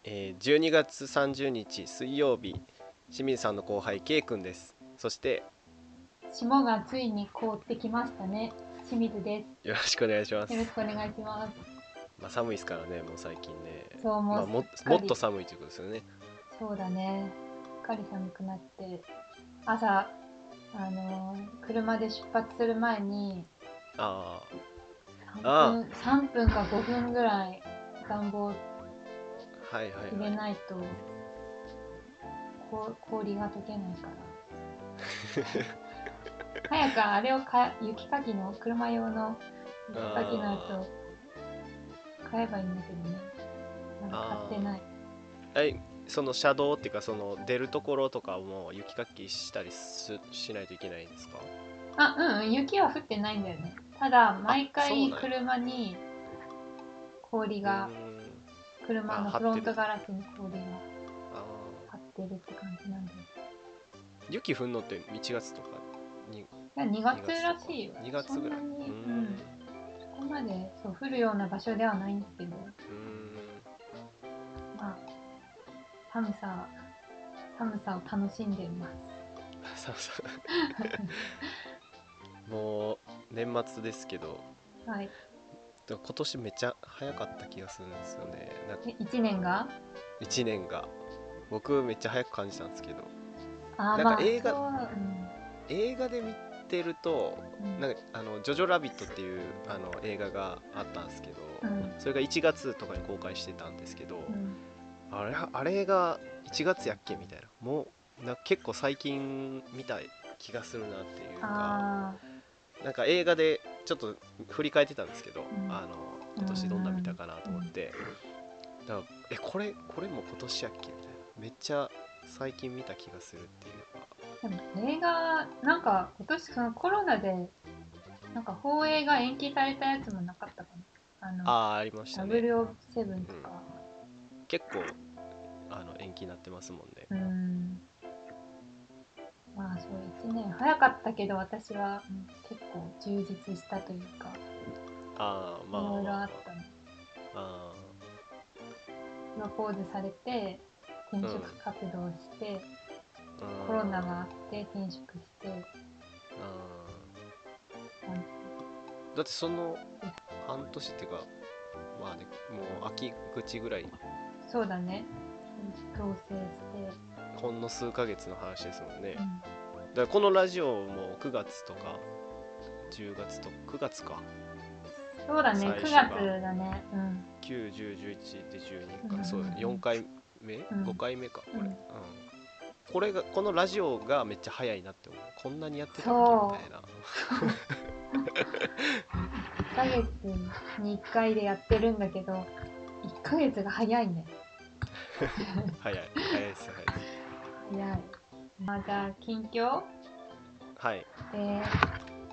12月30日水曜日、清水さんの後輩 K 君です。そして霜がついに凍ってきましたね。清水でよろしくお願いします。よろす。 しくお願いします。 寒いですからね、もう最近ね。 そう、もうすもっとっかり、 寒いということですよね。 そうだね。すっかり寒くなって、朝、車で出発する前にあ 3 あ、 分、3分か5分ぐらい暖房はいはい入はい。 れないと氷が溶けないから。早くあれを雪かきの、車用の雪かきのやつあを買えばいいんだけどね。まだ買ってない。 その車道っていうか、その出るところとかも雪かきしたりしないといけないんですか？ 雪は降ってないんだよね。ただ、 あ、 毎回そうなんや。 車に氷うーが、 ん。 車のフロン張ってる。 トガラスに氷があ張ってるって感じなんで。い雪降んのって1月とかにや、 2 2月月とからしいよ。 2 そ月ぐらい。 んなに、 んそこまでそう降るような場所ではないんだけど、 うーんまあ、寒さ、寒さを楽しんでいます。 そうそう。もう年末ですけど、 はい。 でも今年めっちゃ早かった気がするんですよね。 1年が 1年が僕めっちゃ早く感じたんですけど、なんかまあ、そう、 映画で見てると、 うん、 なんかジョジョラビットっていう映画があったんですけど、 うん、 それが1月とかに公開してたんですけど、 うん。 あれが1月やっけみたいな、もう結構最近見た気がするなっていうか、 あなんか映画でちょっと振り返ってたんですけど、 うん、 今年どんな見たかなうん。 と思って、だからこれも今年やっけみたいな、めっちゃ最近見た気がするっていうか。 でも映画、なんか今年そのコロナでなんか放映が延期されたやつもなかったかな。 ありましたね。 007 うん、 とか。 結構延期になってますもんね。 まあそう1年早かったけど私は、結構充実したというか、 ああ、まあまあいろいろあっまたね。 あ。 プロポーズされて、転うん。 職活動して、 うん。 コロナがあって転職して、感だってそのじです。 半年っていうか、まあね、もう秋口ぐらい、 そうだね。強制して、 ほんの数ヶ月の話ですもんね。 うん。 だからこのラジオも9月とか10月と9月か、 そうだね、9月最初がだね。 9、10、11で12か、 うんうんそう4回目うん。 ?5 回目か、これ。 うん。 このラジオがめっちゃ早いなって思う。こんなにやってたっけみたそう。 いな。 そう。1ヶ月に1回でやってるんだけど、1ヶ月が早いね。 早いです、早いです。 早い。じゃあ、近況はい。 で、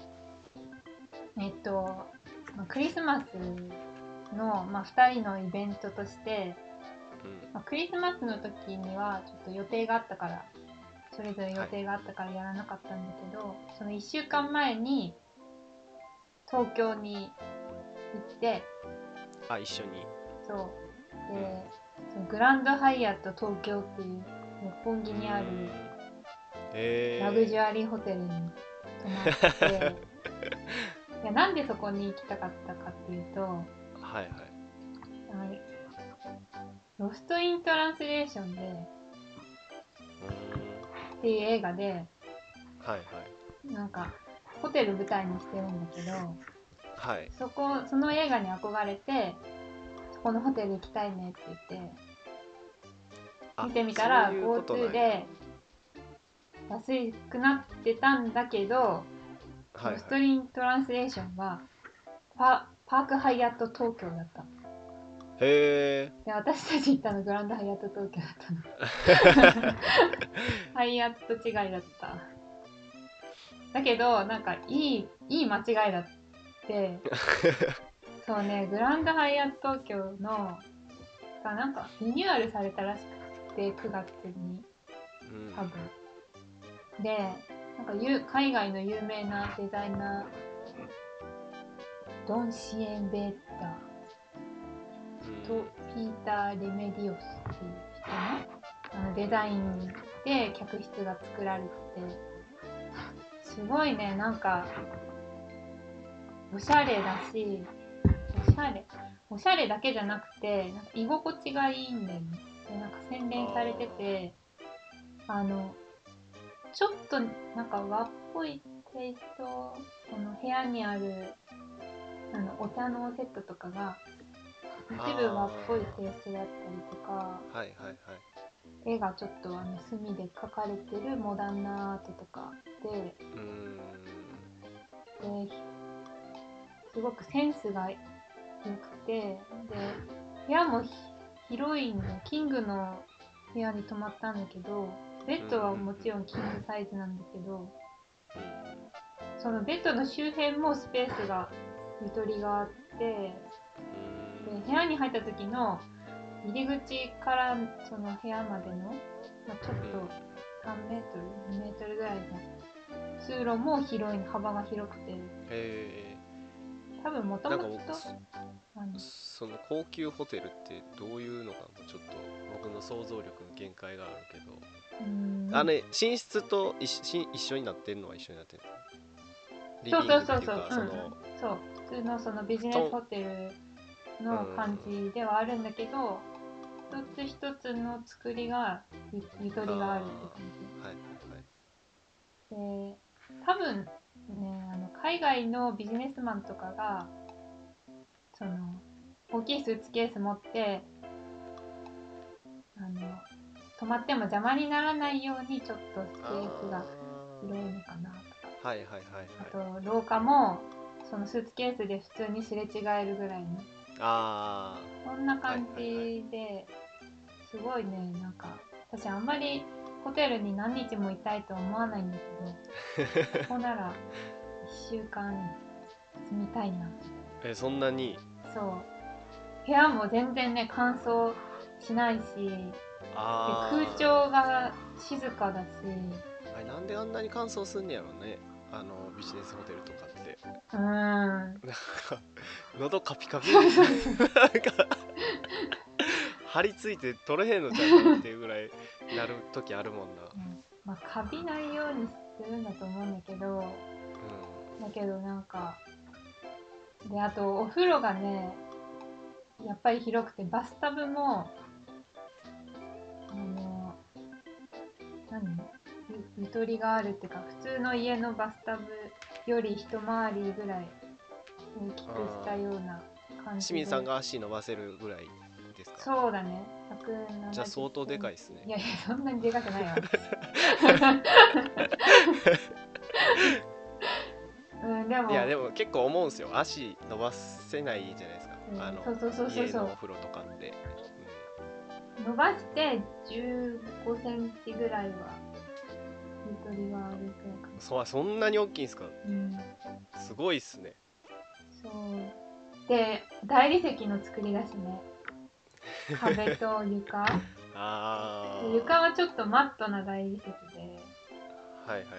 クリスマスの、2人のイベントとして、 うん。 クリスマスの時にはちょっと予定があったから、それぞれ予はい。 定があったからやらなかったんだけど、その1週間前に東京に行って、 一緒に。 そう。 うん。 で、そのグランドハイアット東京っていう六本木うーにあるん。 ラグジえュアリーホテルに泊まって、いや、なんでそこに行きたかったかっていうと、 はいはい。 ロストイントランスレーションで、 うーん。 っていう映画で、 はいはい。 なんか、ホテル舞台にしてるんだけど、 はい。 その映画に憧れて、そこのホテル行きたいねって言って、見てみたらそういうことな GoTo んや。 で安くなってたんだけど、 はいはい。 ロストイントランスレーションはパークハイアット東京だった。 へえ。 で、私たち行ったのグランドハイアット東京だったの。ハイアット違いだった。だけど、なんかいい間違いだって、そうね、グランドハイアット東京の、なんかリニューアルされたらしくて、9月に、 うん。 多分。で、なんか海外の有名なデザイナー、ドン・シエンベッタうん。 ピーター・レメディオスっていう人の、デザインで客室が作られてて、すごいね、なんかおしゃれだし、おしゃれだけじゃなくて、なんか居心地がいいんだよね。でなんか洗練されてて、ちょっとなんか和っぽいテイスト、その部屋にあるお茶のセットとかが一部和っぽいテイストだったりとか、 はいはいはい。 絵がちょっと墨で描かれてるモダンなアートとかで、すごくセンスが良くて、で部屋も広いんで、キングの部屋に泊まったんだけど、ベッドはもちろんキングサイズなんだけど、そのベッドの周辺もスペースがゆとりがあって、で部屋に入った時の入り口からその部屋までの、ちょっと3メートル、2メートルぐらいの通路も広い、幅が広くて、多分もともとその高級ホテルってどういうのかな、ちょっと僕の想像力の限界があるけど、寝室と一緒になってるのは一緒になってるんですか？リビングっていうか、 そう普通のそのビジネスホテルの感じではあるんだけど、一つ一つの作りがゆとりがあるって感じ。 はいはいはい。で、多分ね、海外のビジネスマンとかがその大きいスーツケース持って泊まっても邪魔にならないようにちょっとスペースが広いのかなとか、 はいはいはいはい。 あと廊下もそのスーツケースで普通にすれ違えるぐらいの、そんな感じで、すごいね、なんか私あんまりホテルに何日もいたいとは思わないんだけど、ここなら1週間住みたいなみたいな。 そんなに？ そう、部屋も全然ね乾燥しないし、で空調が静かだし、 なんであんなに乾燥すんねやろね、ビジネスホテルとかって。 なんか喉カピカピなんか張り付いて取れへんのちゃうかなっていうぐらいなる時あるもんな。 カビないようにするんだと思うんだけど、だけどなんかで、あとお風呂がねやっぱり広くて、バスタブもゆとりがあるっていうか、普通の家のバスタブより一回りぐらい大きくしたような感じで。 清水さんが足伸ばせるぐらいですか？ そうだね、170。 じゃあ相当でかいですね。 いやいや、そんなにでかくないわでも結構思うんですよ、足伸ばせないじゃないですか、家のお風呂とかって、 伸ばして15センチぐらいはゆとりがあるくらいかな。 そんなに大きいんですか？すごいっすね。 そうで、大理石の作りだしね、壁と床床はちょっとマットな大理石で、 はいはいはい。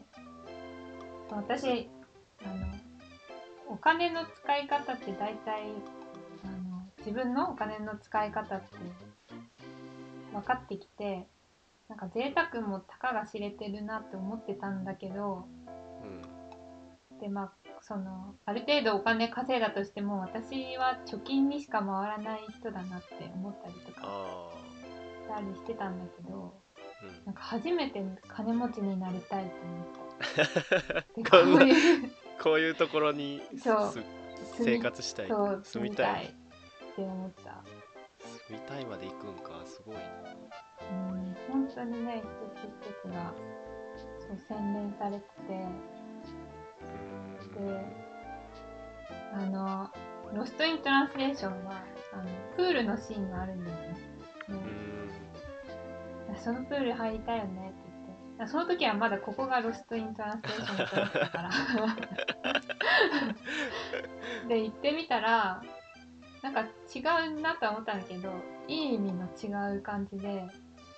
私お金の使い方って大体自分のお金の使い方って分かってきて、なんか贅沢もたかが知れてるなって思ってたんだけど、である程度お金稼いだとしても、私は貯金にしか回らない人だなって思ったりとかしたりしてたんだけど、なんか初めて金持ちになりたいと思った。 こういうところに生活したい、 住みたいって思った。 住みたいまで行くんか、すごいな。 本当にね、一つ一つが洗練されてて、でロストイントランスレーションはプールのシーンがあるんだよね。そのプール入りたいよねって言って、その時はまだここがロストイントランスレーションだと思ってたからで行ってみたらなんか違うなと思ったんだけど、いい意味の違う感じで、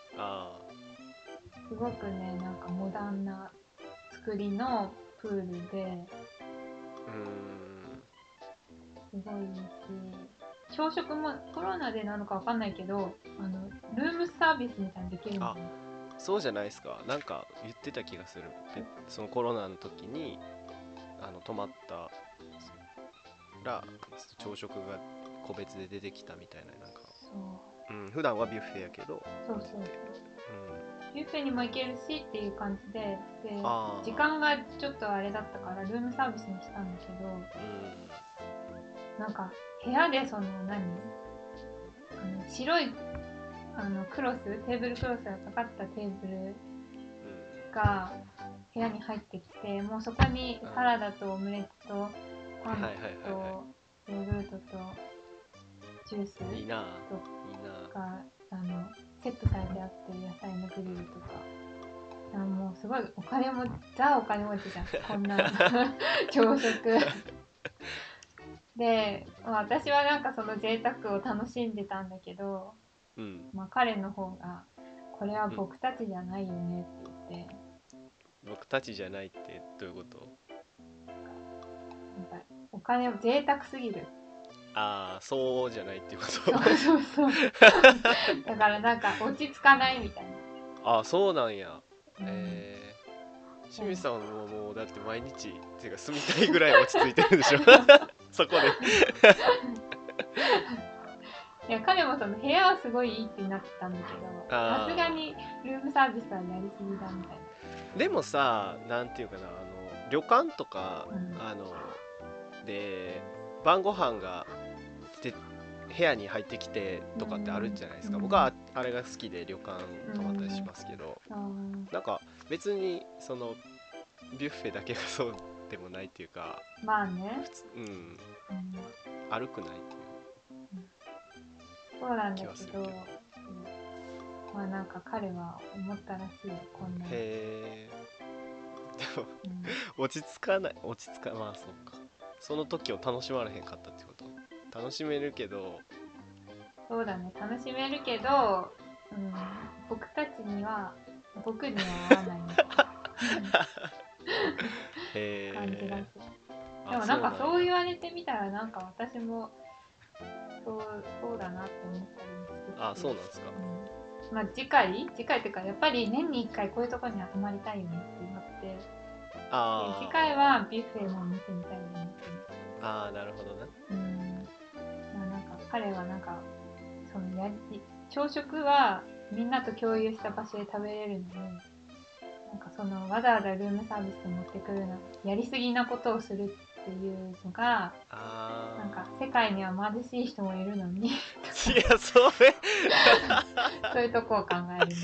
すごくね、なんかモダンな作りのプールで、すごいいいし、 朝食もコロナでなのかわかんないけど、ルームサービスみたいにできるんだよね。 そうじゃないですか。なんか言ってた気がする。そのコロナの時に泊まったら朝食が個別で出てきたみたいな、なんかそう、普段はビュッフェやけど、 そうそうそう、ビュッフェにも行けるしっていう感じで、時間がちょっとあれだったからルームサービスにしたんだけど、なんか部屋でその白いクロス、テーブルクロスがかかったテーブルが部屋に入ってきて、もうそこにサラダとオムレツとパンとヨーグルトとジュースとかセットされてあって、野菜のグリルとか、もうすごいお金持ちじゃんこんな朝食で、私はなんかその贅沢を楽しんでたんだけど、彼の方がこれは僕たちじゃないよねって言って、 僕たちじゃないってどういうこと？ なんかお金を贅沢すぎる。 そうじゃないっていうこと？ そうだからなんか落ち着かないみたいな。そうなんや。清水さんももうだって毎日っていうか住みたいぐらい落ち着いてるでしょそこでいや、彼もその部屋はすごいいいってなったんだけど、さすがにルームサービスはやりすぎだみたいな。 でもさ、なんていうかな、旅館とか、で晩ご飯が部屋に入ってきてとかってあるじゃないですか。僕はあれが好きで旅館泊まったりしますけど、なんか別にそのビュッフェだけがそうでもないっていうか、 まあね、 悪くないっていう、 そうなんだけど、まあなんか彼は思ったらしいよ、こんなの。 でも、落ち着かまあそうか、その時を楽しまれへんかったってこと？楽しめるけど、 そうだね、楽しめるけど、僕には合わないみたいな感じらしい。でもなんかそう言われてみたら、なんか私もそうだなって思ったりもしてて。 そうなんですか。 まあ次回っていうか、やっぱり年に1回こういうところには泊まりたいよねってなって、で次回はビュッフェも見てみたいよねって思って。 なるほどな。 まあなんか彼はなんかその朝食はみんなと共有した場所で食べれるのに、なんかそのわざわざルームサービスで持ってくるのやりすぎなことをするっていうのが、なんか世界には貧しい人もいるのにそういうとこを考えるんだし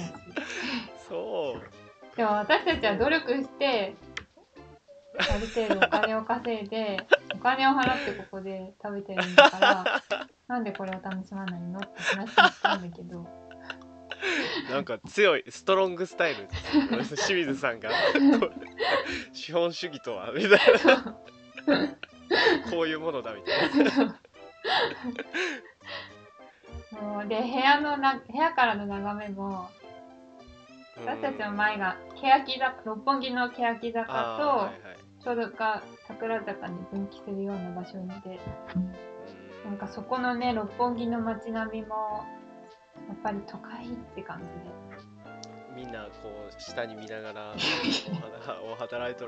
でも私たちは努力してある程度お金を稼いでお金を払ってここで食べてるんだからなんでこれを楽しまないのって話をしたんだけどなんか強いストロングスタイルです清水さんが資本主義とはみたいなこういうものだみたいなで部屋からの眺めも、私たちの前が六本木の欅坂とちょうどが桜坂に分岐するような場所で、なんかそこのね六本木の街並みもやっぱり都会って感じで、 みんなこう下に見ながら働いとる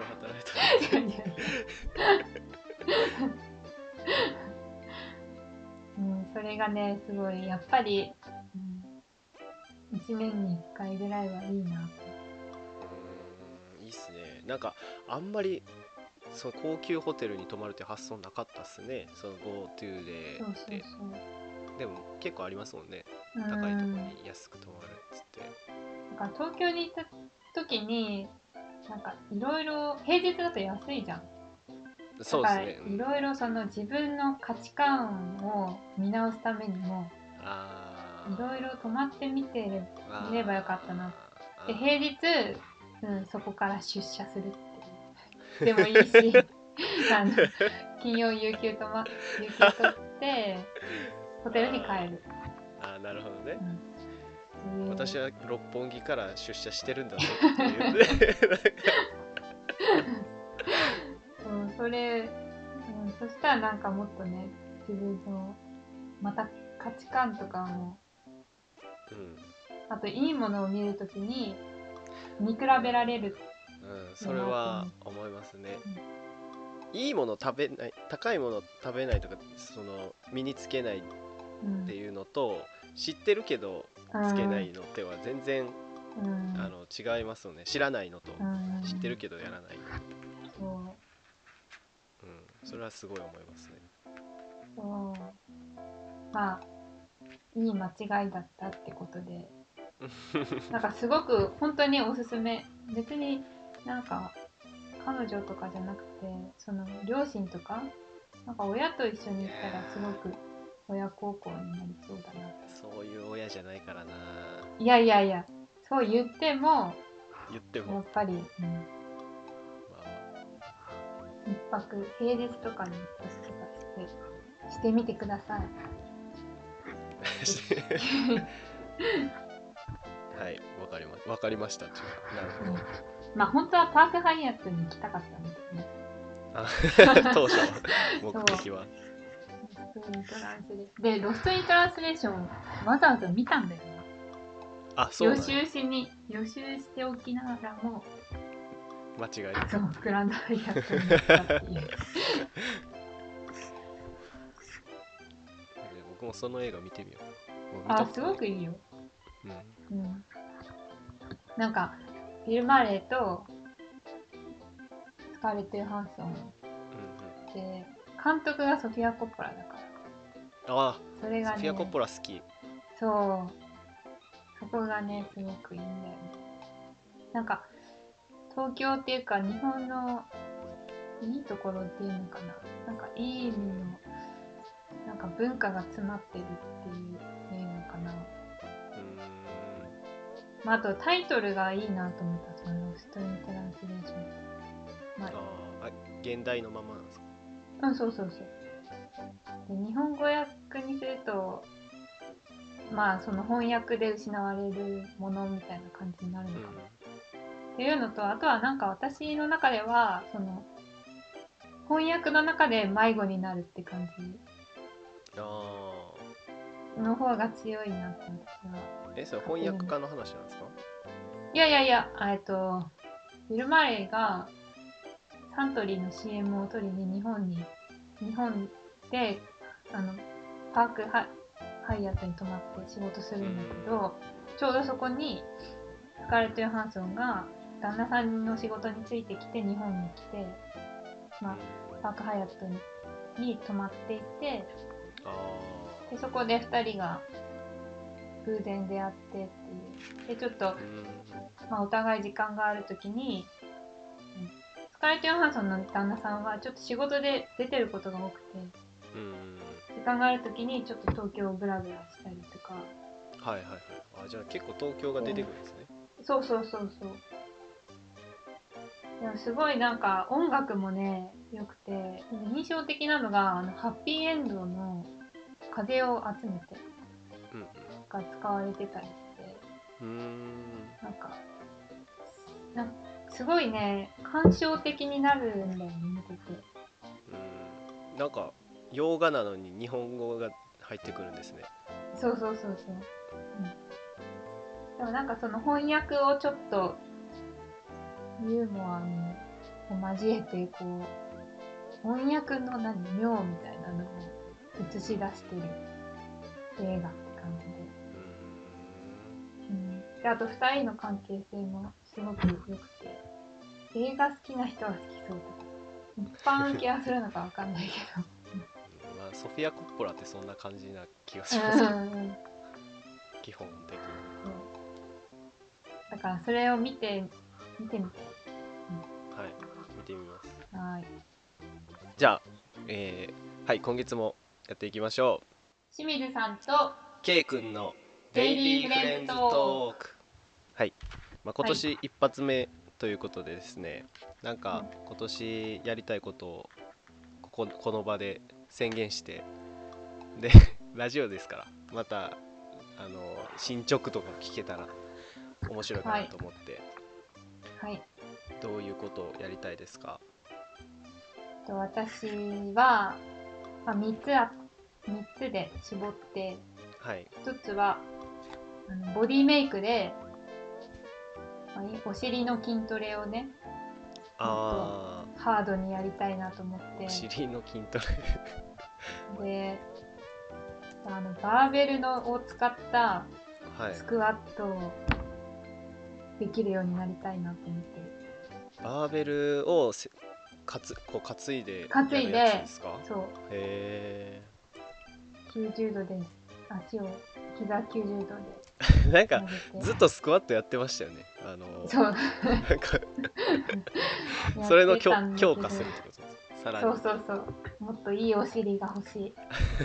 それがねすごいやっぱり、1年に1回ぐらいはいいな。 いいっすね。なんかあんまりその高級ホテルに泊まるって発想なかったっすね。その GoTo ででも結構ありますもんね。高いところに安く泊まるっつって。 なんか東京に行った時になんかいろいろ平日だと安いじゃん。 そうですね。 いろいろその自分の価値観を見直すためにもいろいろ泊まってみればよかったな。で平日、そこから出社するっていうでもいいし金曜有給取ってホテルに帰る。 なるほどね。私は六本木から出社してるんだぞっていうそしたらなんかもっとね自分のまた価値観とかも、あといいものを見るときに見比べられる、 それは思いますね。いいもの食べない、高いもの食べないとか、その身につけないっていうのと、知ってるけどつけないのっては全然、違いますよね。知らないのと、知ってるけどやらないの。それはすごい思いますね。 まあいい間違いだったってことでなんかすごく本当におすすめ。別になんか彼女とかじゃなくて、その両親とかなんか親と一緒に行ったらすごく親孝行になりそうだな。 そういう親じゃないからな。 いやいやいや、そう言ってもやっぱり、一泊平日とかに一泊とかしてみてください。 はい、わかりました。なるほど。 まあ本当はパークハイアットに行きたかったんですね。 当初目的は。 ロストイントランスレーションわざわざ見たんだよね。予習しておきながらも間違えた。 そう、グランドハイアットに行ったっていう。 僕もその映画見てみよう。すごくいいよ。なんかビル・マレーとスカーレット・ヨハンソンで、監督がソフィア・コッポラだから。それがね、 ソフィア・コッポラ好き。 そう。そこがね、すごくいいんだよね。なんか東京っていうか日本のいいところっていうのかな。なんかいい意味のなんか文化が詰まってるっていう映画かな。あとタイトルがいいなと思った。そのロストイントランスレーション。 現代のままなんですか？ そうそうそう。で日本語訳にすると、まあその翻訳で失われるものみたいな感じになるのかな。っていうのと、あとはなんか私の中ではその翻訳の中で迷子になるって感じの方が強いなって私は。 それ翻訳家の話なんですか？ いやいやいや、ビル・マレーがサントリーの CM を撮りに日本でパークハイアットに泊まって仕事するんだけど、ちょうどそこにスカーレット・ヨハンソンが旦那さんの仕事についてきて日本に来て、パークハイアットに泊まっていて、でそこで2人が偶然出会ってっていう。でちょっと、お互い時間があるときに、スカーレット・ヨハンソンの旦那さんはちょっと仕事で出てることが多くて、時間があるときにちょっと東京をブラブラしたりとか。 はいはいはい。じゃあ結構東京が出てくるんですね。 そうそうそうそう。でもすごいなんか音楽もね良くて、印象的なのがハッピーエンドの風を集めてが使われてたりして、なんかすごいね感傷的になるんだよね、見てて。 なんか洋画なのに日本語が入ってくるんですね。 そうそうそうそう。でもなんかその翻訳をちょっとユーモアを交えてこう翻訳の妙みたいなのを映し出してる映画って感じで。であと2人の関係性もすごく良くて、映画好きな人は好きそうで、一般受けはするのか分かんないけどソフィア・コッポラってそんな感じな気がしますけど、基本的に。 だからそれを見てみて。 はい、見てみます。 はい。 じゃあ、はい、今月もやっていきましょう。 清水さんと K 君のデイリーフレンズトーク。はい、今年一発目ということでですね、なんか今年やりたいことをこの場で宣言して、でラジオですからまた進捗とか聞けたら面白いかなと思って、どういうことをやりたいですか？ 私は、3つあっ 3つで絞って、 はい、 1つはボディメイクで、お尻の筋トレをね、もっとハードにやりたいなと思って。 お尻の筋トレで、バーベルを使ったスクワットをできるようになりたいなと思って。 バーベルをこう担いでやるやつですか？ そう。 へー。90度で足を膝90度でなんかずっとスクワットやってましたよね。 そうなんかそれの強化するってことです。さらに。 そうもっといいお尻が欲しい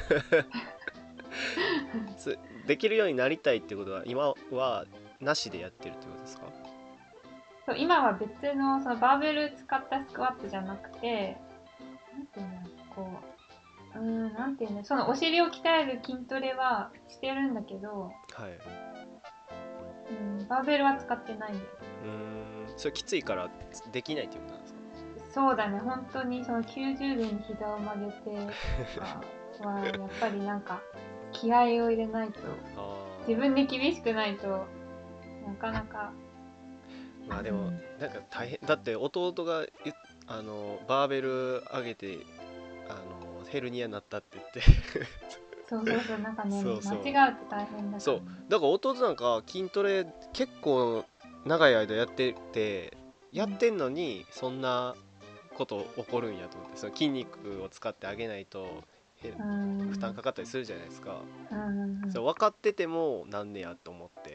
できるようになりたいってことは今はなしでやってるってことですか？ そう、今は別のそのバーベル使ったスクワットじゃなくて、なんていうんだろう、こう、なんていうんだ、そのお尻を鍛える筋トレはしてるんだけど、 はい。 バーベルは使ってないんだよ。 それきついからできないっていうことなんですか？ そうだね、本当にその90度に膝を曲げてとかはやっぱりなんか気合を入れないと、自分で厳しくないとなかなか。 まあでもなんか大変だって、弟がバーベル上げてヘルニアになったって言ってそうなんかね、 そうそう間違うと大変だから、ね、 そうだから弟なんか筋トレ結構長い間やってて、やってんのにそんなこと起こるんやと思って、その筋肉を使ってあげないと負担かかったりするじゃないですか。そう分かっててもなんねやと思って。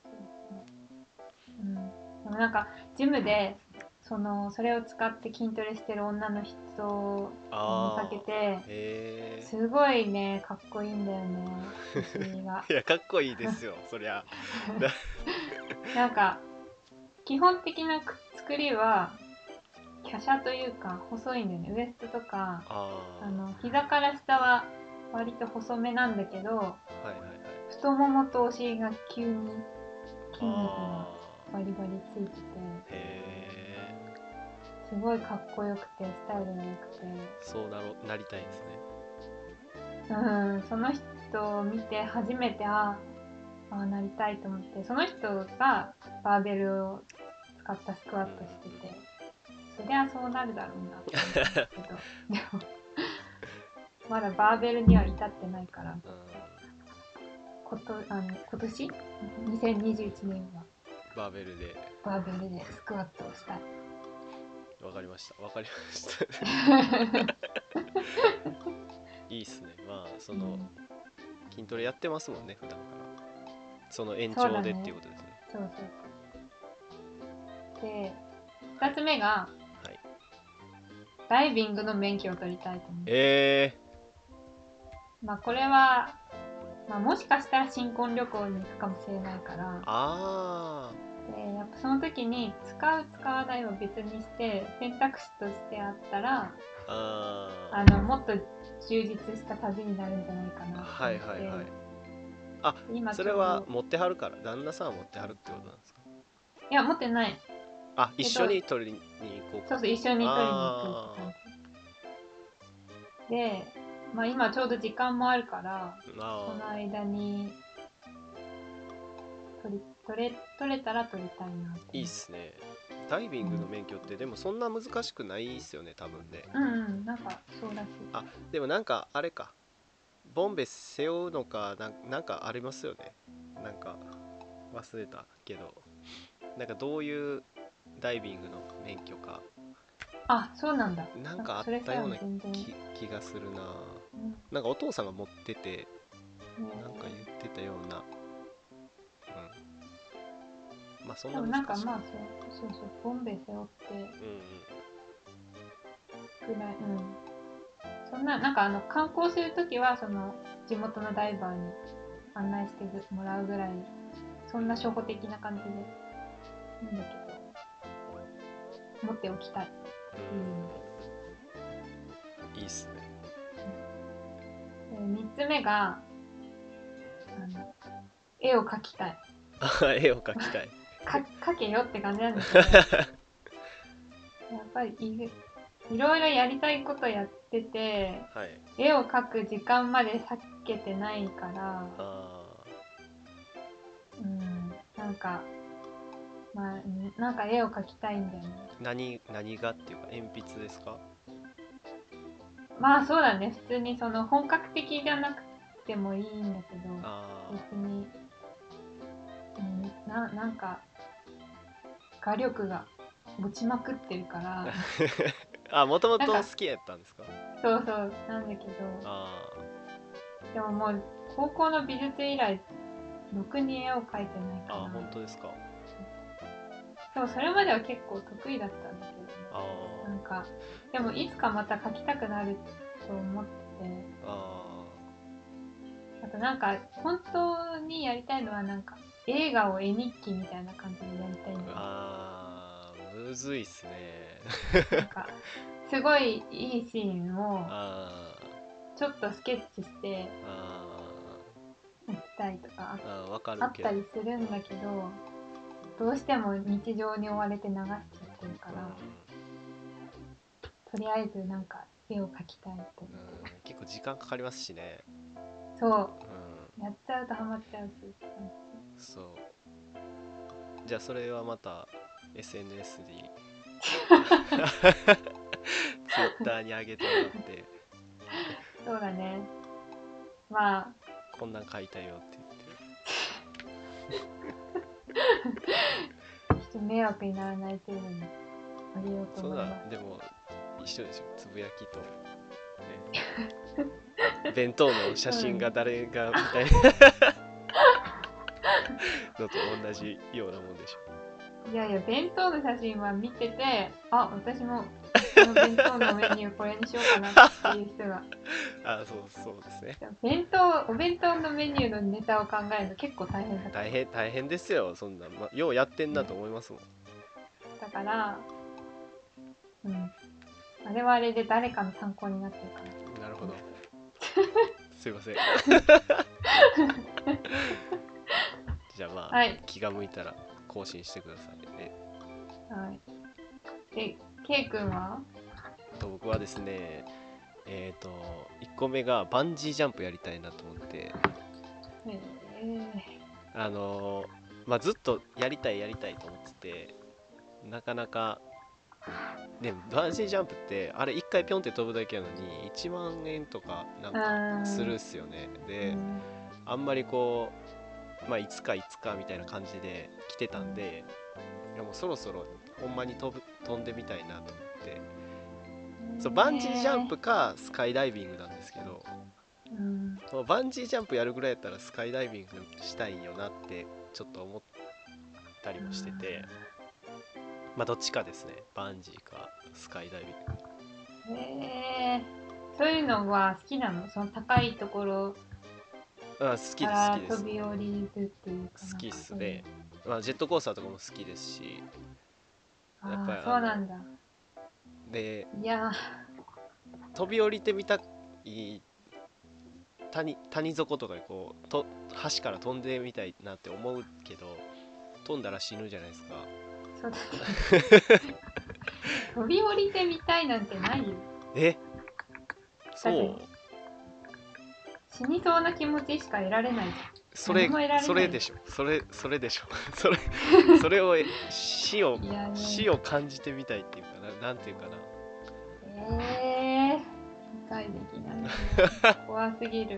でもなんかジムでそれを使って筋トレしてる女の人を見かけて、すごいね、かっこいいんだよね、お尻が。 いや、かっこいいですよそりゃなんか基本的な作りは華奢というか細いんだよね。ウエストとか膝から下は割と細めなんだけど、太ももとお尻が急に筋肉がバリバリついてて、すごいかっこよくてスタイルが良くて、 そうなりたいですね。 その人を見て初めてなりたいと思って、その人がバーベルを使ったスクワットしてて、そりゃそうなるだろうなって思ったんですけどでもまだバーベルには至ってないから、今年2021年はバーベルでスクワットをしたい。 わかりましたいいっすね。まあその、筋トレやってますもんね普段から。その延長でっていうことですね。 そうで、2つ目が、ダイビングの免許を取りたいと思って。まあこれは、もしかしたら新婚旅行に行くかもしれないから、でやっぱその時に使わないは別にして選択肢としてあったら、もっと充実した旅になるんじゃないかなと思って。 今それは持ってはるから、旦那さんは持ってはるってことなんですか？ いや、持ってない。 一緒に取りに行こうか。 そう、一緒に取りに行くって感じで、今ちょうど時間もあるから、その間に取れたら取りたいなって。 いいっすね。ダイビングの免許ってでもそんな難しくないっすよね多分ね。 なんかそうらしい。 でもなんかあれか、ボンベ背負うのかなんかありますよね。なんか忘れたけど、なんかどういうダイビングの免許か、 そうなんだ。 なんかあったような気がするな。なんかお父さんが持ってて、なんか言ってたような。まあそんな難しい。 なんかそうボンベ背負ってぐらい。そんな、なんか観光するときはその地元のダイバーに案内してもらうぐらい、そんな初歩的な感じでいいんだけど、持っておきたいっていうので。いいっすね。 3つ目が絵を描きたい。 絵を描きたい。 描けよって感じなんですけどやっぱりいろいろやりたいことやってて、はい、絵を描く時間まで避けてないから、なんか、まあ、なんか絵を描きたいんだよね。 何がっていうか、鉛筆ですか？ まあそうだね、普通にその本格的じゃなくてもいいんだけど、別に、なんか画力が落ちまくってるからあ、もともと好きやったんですか？ そうそうなんだけど、でももう高校の美術以来ろくに絵を描いてないから。 本当ですか？ そう、それまでは結構得意だったんだけど、ね、なんかでもいつかまた描きたくなると思ってて、あとなんか本当にやりたいのはなんか映画を絵日記みたいな感じでやりたいんだよ。 むずいっすね。 なんかすごいいいシーンをちょっとスケッチして置きたいとかあったりするんだけど、どうしても日常に追われて流しちゃってるから、とりあえずなんか絵を描きたいと思って。 結構時間かかりますしね。 そう、やっちゃうとハマっちゃうし。 そう。じゃあそれはまた SNS にTwitter に上げてもらってそうだね。まあこんなん書いたよって言ってちょっと迷惑にならない程度にあげようと思います。 そうだ、でも一緒でしょ、つぶやきと、ね、弁当の写真が誰がみたいなのと同じようなもんでしょ。 いやいや、弁当の写真は見てて、あ、私もこの弁当のメニューこれにしようかなっていう人がそうですね。 お弁当のメニューのネタを考えるの結構大変だから。 大変ですよ、そんな、ようやってんなと思いますもん。 だから、あれはあれで誰かの参考になってるかな。なるほど。すいません。じゃあはい、気が向いたら更新してくださいね。 はい。で、K 君は？ 僕はですね、1個目がバンジージャンプやりたいなと思って、ずっとやりたいと思ってて、なかなかでもバンジージャンプってあれ1回ピョンって飛ぶだけなのに1万円とかなんかするっすよね。で、あんまりこういつかみたいな感じで来てたんで、いやもうそろそろほんまに飛んでみたいなと思って、そうバンジージャンプかスカイダイビングなんですけど、バンジージャンプやるぐらいやったらスカイダイビングしたいよなってちょっと思ったりもしてて、どっちかですね、バンジーかスカイダイビング。 そういうのは好きなの？その高いところ好きです。 飛び降りるっていうか。 好きっすね。ジェットコースターとかも好きですし、 やっぱりそうなんだ。 で、 いや飛び降りてみたい、谷底とかにこう橋から飛んでみたいなって思うけど、飛んだら死ぬじゃないですか。 そうだ飛び降りてみたいなんてないよ。 そう死にそうな気持ちしか得られない。 それでしょ。それでしょ。それを死を感じてみたいっていうかな、なんていうかな。 理解できない。怖すぎる。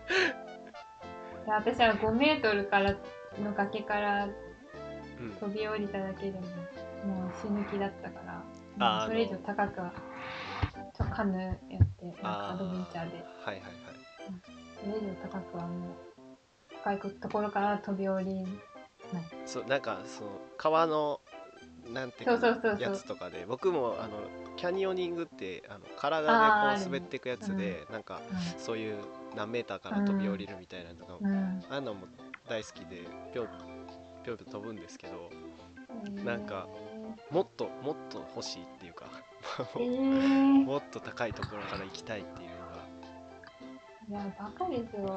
私は5メートルからの崖から飛び降りただけでももう死ぬ気だったから、それ以上高くはカヌーやってアドベンチャーで、それ以上高くはもう深いところから飛び降りない。 そうなんかそう川のなんていうかやつとかで、僕もキャニオニングって体でこう滑っていくやつで、なんかそういう何メーターから飛び降りるみたいなのとか、あんなのも大好きでぴょんぴょん飛ぶんですけど、なんかもっと欲しいっていうかもっと高いところから行きたいっていうのが。 いやバカですよ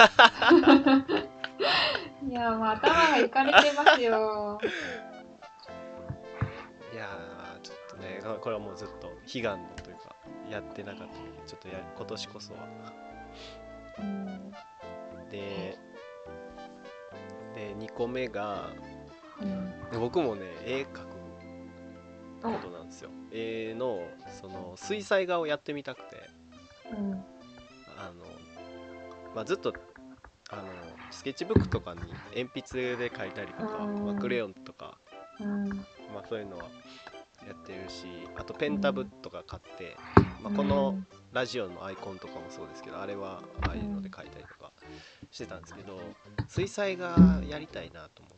いやもう頭がいかれてますよ。 いやちょっとねね。これはもうずっと悲願のというかやってなかったけど、ちょっと今年こそは。で2個目が、僕もね絵描くことなんですよ。絵のその水彩画をやってみたくて、ずっとスケッチブックとかに鉛筆で描いたりとか、クレヨンとか、そういうのはやってるし、あとペンタブとか買って、このラジオのアイコンとかもそうですけど、あれはああいうので描いたりとかしてたんですけど、水彩画やりたいなと思って、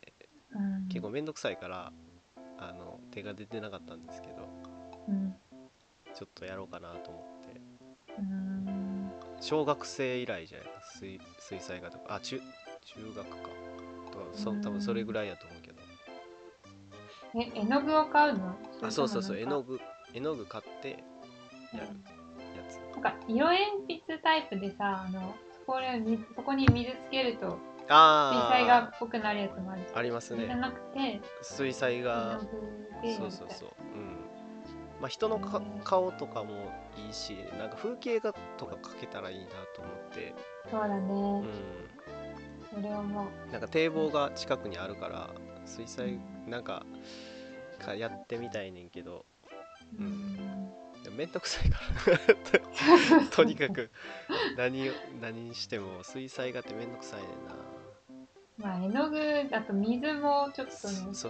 結構めんどくさいから手が出てなかったんですけど、ちょっとやろうかなと思って。小学生以来じゃないか、水彩画とか、中学か多分それぐらいやと思うけど。 絵の具を買うの？ そう絵の具買ってやるやつ。 なんか色鉛筆タイプでさ、そこに水つけると水彩画っぽくなるやつもあるじゃん。 ありますね。 じゃなくて水彩画。そう人の顔とかもいいし、なんか風景画とか描けたらいいなと思って。 そうだね。それをもうなんか堤防が近くにあるから水彩なんかやってみたいねんけど、めんどくさいからとにかく何にしても水彩画ってめんどくさいねんな。 絵の具だと水もちょっとね。 そう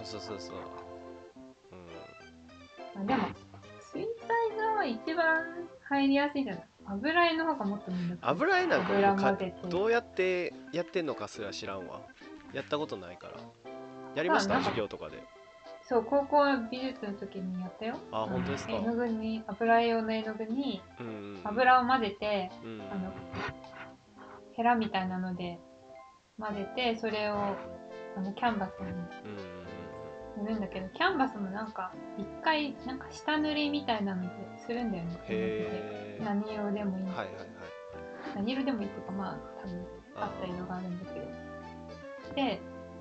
でも水彩画は一番入りやすいじゃない。油絵の方がもっとめんどくさい。 油絵なんかどうやってやってんのかすら知らんわ。やったことないから。やりました授業とかで。 そう、高校美術の時にやったよ。 本当ですか？ 絵の具に、油絵用の絵の具に油を混ぜて、ヘラみたいなので混ぜて、それをキャンバスに塗るんだけど、キャンバスもなんか一回なんか下塗りみたいなのでするんだよね。何色でもいい。何色でもいいっていうか、多分あった色があるんだけど。で、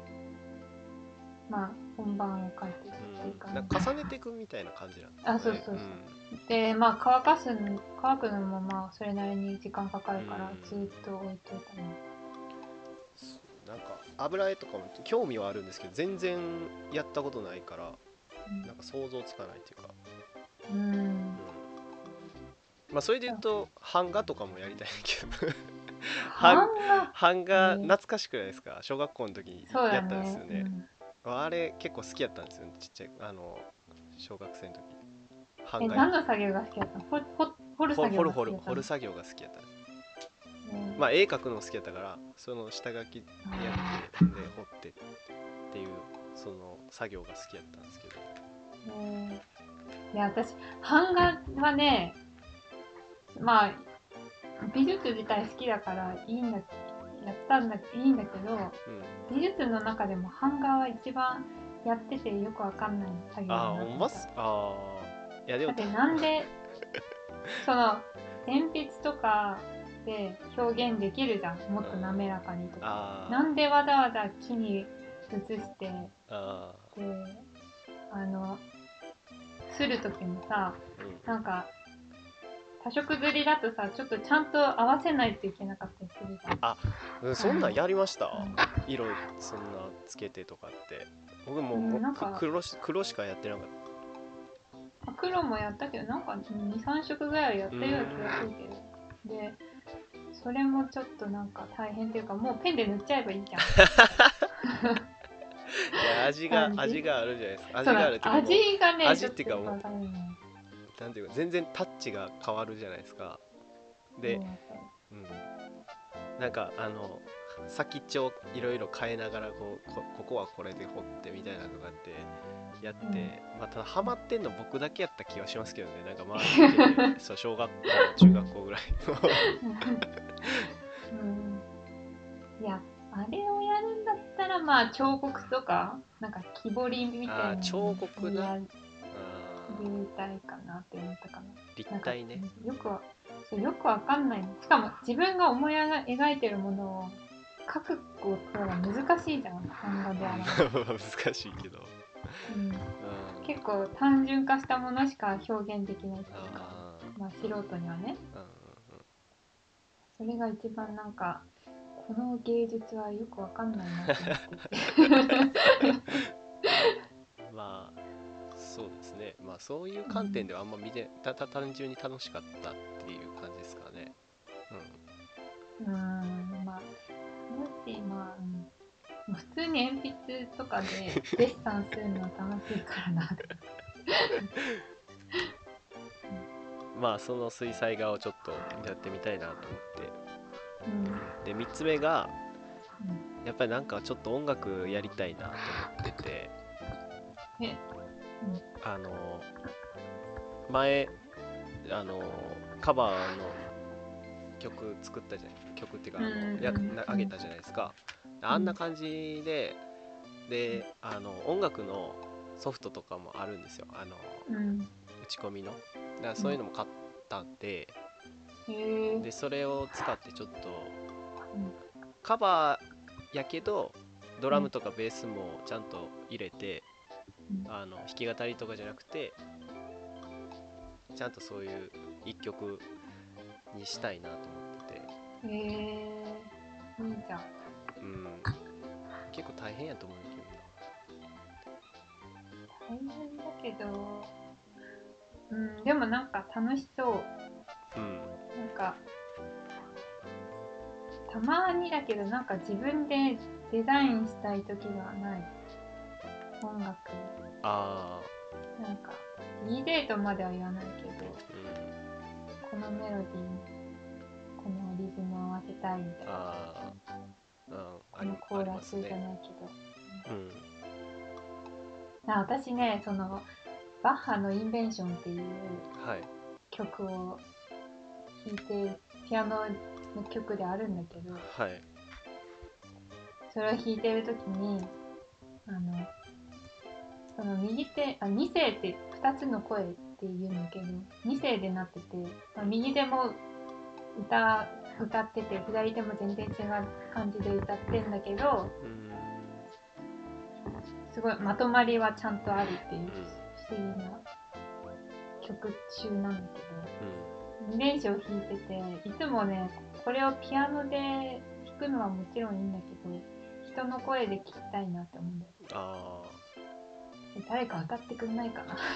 本番を描いていくっていうか、 なんか重ねていくみたいな感じなんですね。そう。で、乾くのもそれなりに時間かかるから、ずっと置いといたね。 なんか油絵とかも興味はあるんですけど、全然やったことないから、なんか想像つかないっていうか。それで言うと版画とかもやりたいけど版画懐かしくないですか？小学校の時にやったんですよね。あれ結構好きやったんですよね、ちっちゃい小学生の時。 何の作業が好きだったの？掘る作業が好きだったの？ 掘る作業が好きやったんです。絵描くのも好きやったから、その下書きやってで彫ってっていうその作業が好きやったんですけど。 いや、私版画はね、美術自体好きだからいいんだけど、美術の中でも版画は一番やっててよくわかんない作業だなと思った。 いやでもだってなんでその鉛筆とかで表現できるじゃん、もっと滑らかにとか。なんでわざわざ木に写してでする時もさ、なんか多色刷りだとさ、ちょっとちゃんと合わせないといけなかったりするじゃん。 そんなんやりました？色そんなつけてとかって。僕も黒しかやってなかった。 黒もやったけど、なんか 2,3 色ぐらいやったような気がするけど。で、それもちょっとなんか大変っていうか、もうペンで塗っちゃえばいいじゃん。 いや、味があるじゃないですか。 味がね、 味っていうかもうなんていうか全然タッチが変わるじゃないですか。で、なんか先っちょいろいろ変えながらここはこれで彫ってみたいなのがあってやって、ただハマってんの僕だけやった気がしますけどね。なんか周り見てそう小学校中学校ぐらいいや、あれをやるんだったら彫刻とかなんか木彫りみたいなの彫刻なやりたいかなって思ったかな。 立体ね。 よくわかんない。しかも自分が思い描いてるものを描くことが難しいじゃん、版画であら。 難しいけど。 うん、結構単純化したものしか表現できないっていうか、まあ素人にはね、それが一番なんかこの芸術はよくわかんないなと思っててまあそうですね。まあそういう観点ではあんま見て、単純に楽しかったっていう感じですかね。 まあもしまあ、普通に鉛筆とかでデッサンするのは楽しいからなまあその水彩画をちょっとやってみたいなと思って、で3つ目がやっぱりなんかちょっと音楽やりたいなと思ってて、前カバーの曲作ったじゃない、曲っていうかあげたじゃないですか。あんな感じで音楽のソフトとかもあるんですよ、打ち込みの。だからそういうのも買ったんで、でそれを使ってちょっとカバーやけどドラムとかベースもちゃんと入れて、弾き語りとかじゃなくてちゃんとそういう一曲にしたいなと思ってて。 いいじゃん。 結構大変やと思うんだけどな。大変だけど、でもなんか楽しそう。なんかたまにだけどなんか自分でデザインしたい時がない。音楽。なんか DJ とまでは言わないけど、このメロディーにこのリズムを合わせたいみたいな。このコーラスじゃないけど。私ね、そのバッハのインベンションっていう曲を弾いて、ピアノの曲であるんだけど、それを弾いてるときにその右手2声って2つの声って言うんだけど、2声でなってて、右手も歌ってて左手も全然違う感じで歌ってんだけど、すごいまとまりはちゃんとあるっていう不思議な曲中なんだけど、2連唱弾いてて、いつもねこれをピアノで弾くのはもちろんいいんだけど、人の声で聞きたいなって思うんだよ。誰か歌ってくんないかな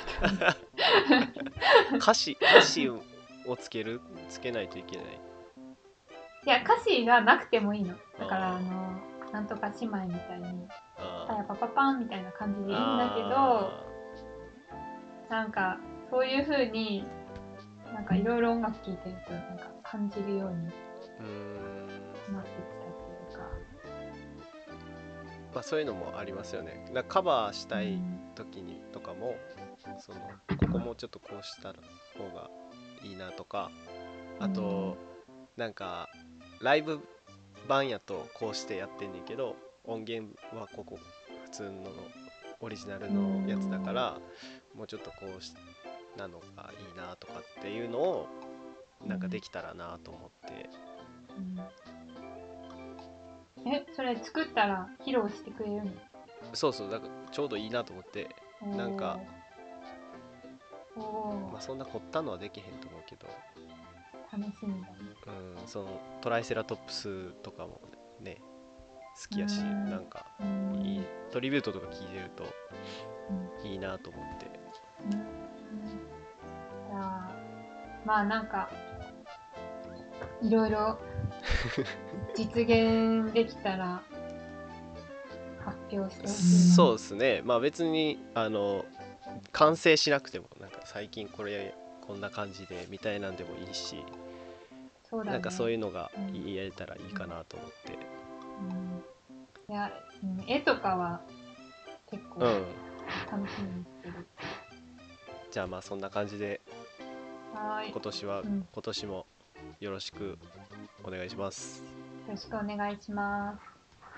歌詞をつけないといけない。 いや、歌詞がなくてもいいの。だからなんとか姉妹みたいにパヤパパパンみたいな感じでいいんだけど、なんかそういう風になんかいろいろ音楽聴いてるとなんか感じるようになってきたっていうか、 まあそういうのもありますよね。だカバーしたい時にとかも、ここもちょっとこうした方がいいなとか、あとなんかライブ版やとこうしてやってんねんけど、音源はここ普通のオリジナルのやつだから、もうちょっとこうなのがいいなとかっていうのをなんかできたらなと思って。 それ作ったら披露してくれるの？ そうそう、だからちょうどいいなと思って。なんかまあそんな凝ったのはできへんと思うけど、 楽しみだね。 そのトライセラトップスとかもね好きやし、なんかいいトリビュートとか聞いてるといいなと思って。 じゃあまあなんかいろいろ実現できたら発表してほしいな。 そうですね。まあ別に完成しなくても、なんか最近こんな感じでみたいなんでもいいし、 そうだね、 なんかそういうのがやれたらいいかなと思って。 いや、絵とかは結構楽しみにしてる。 じゃあまあそんな感じで今年もよろしくお願いします。 よろしくお願いします。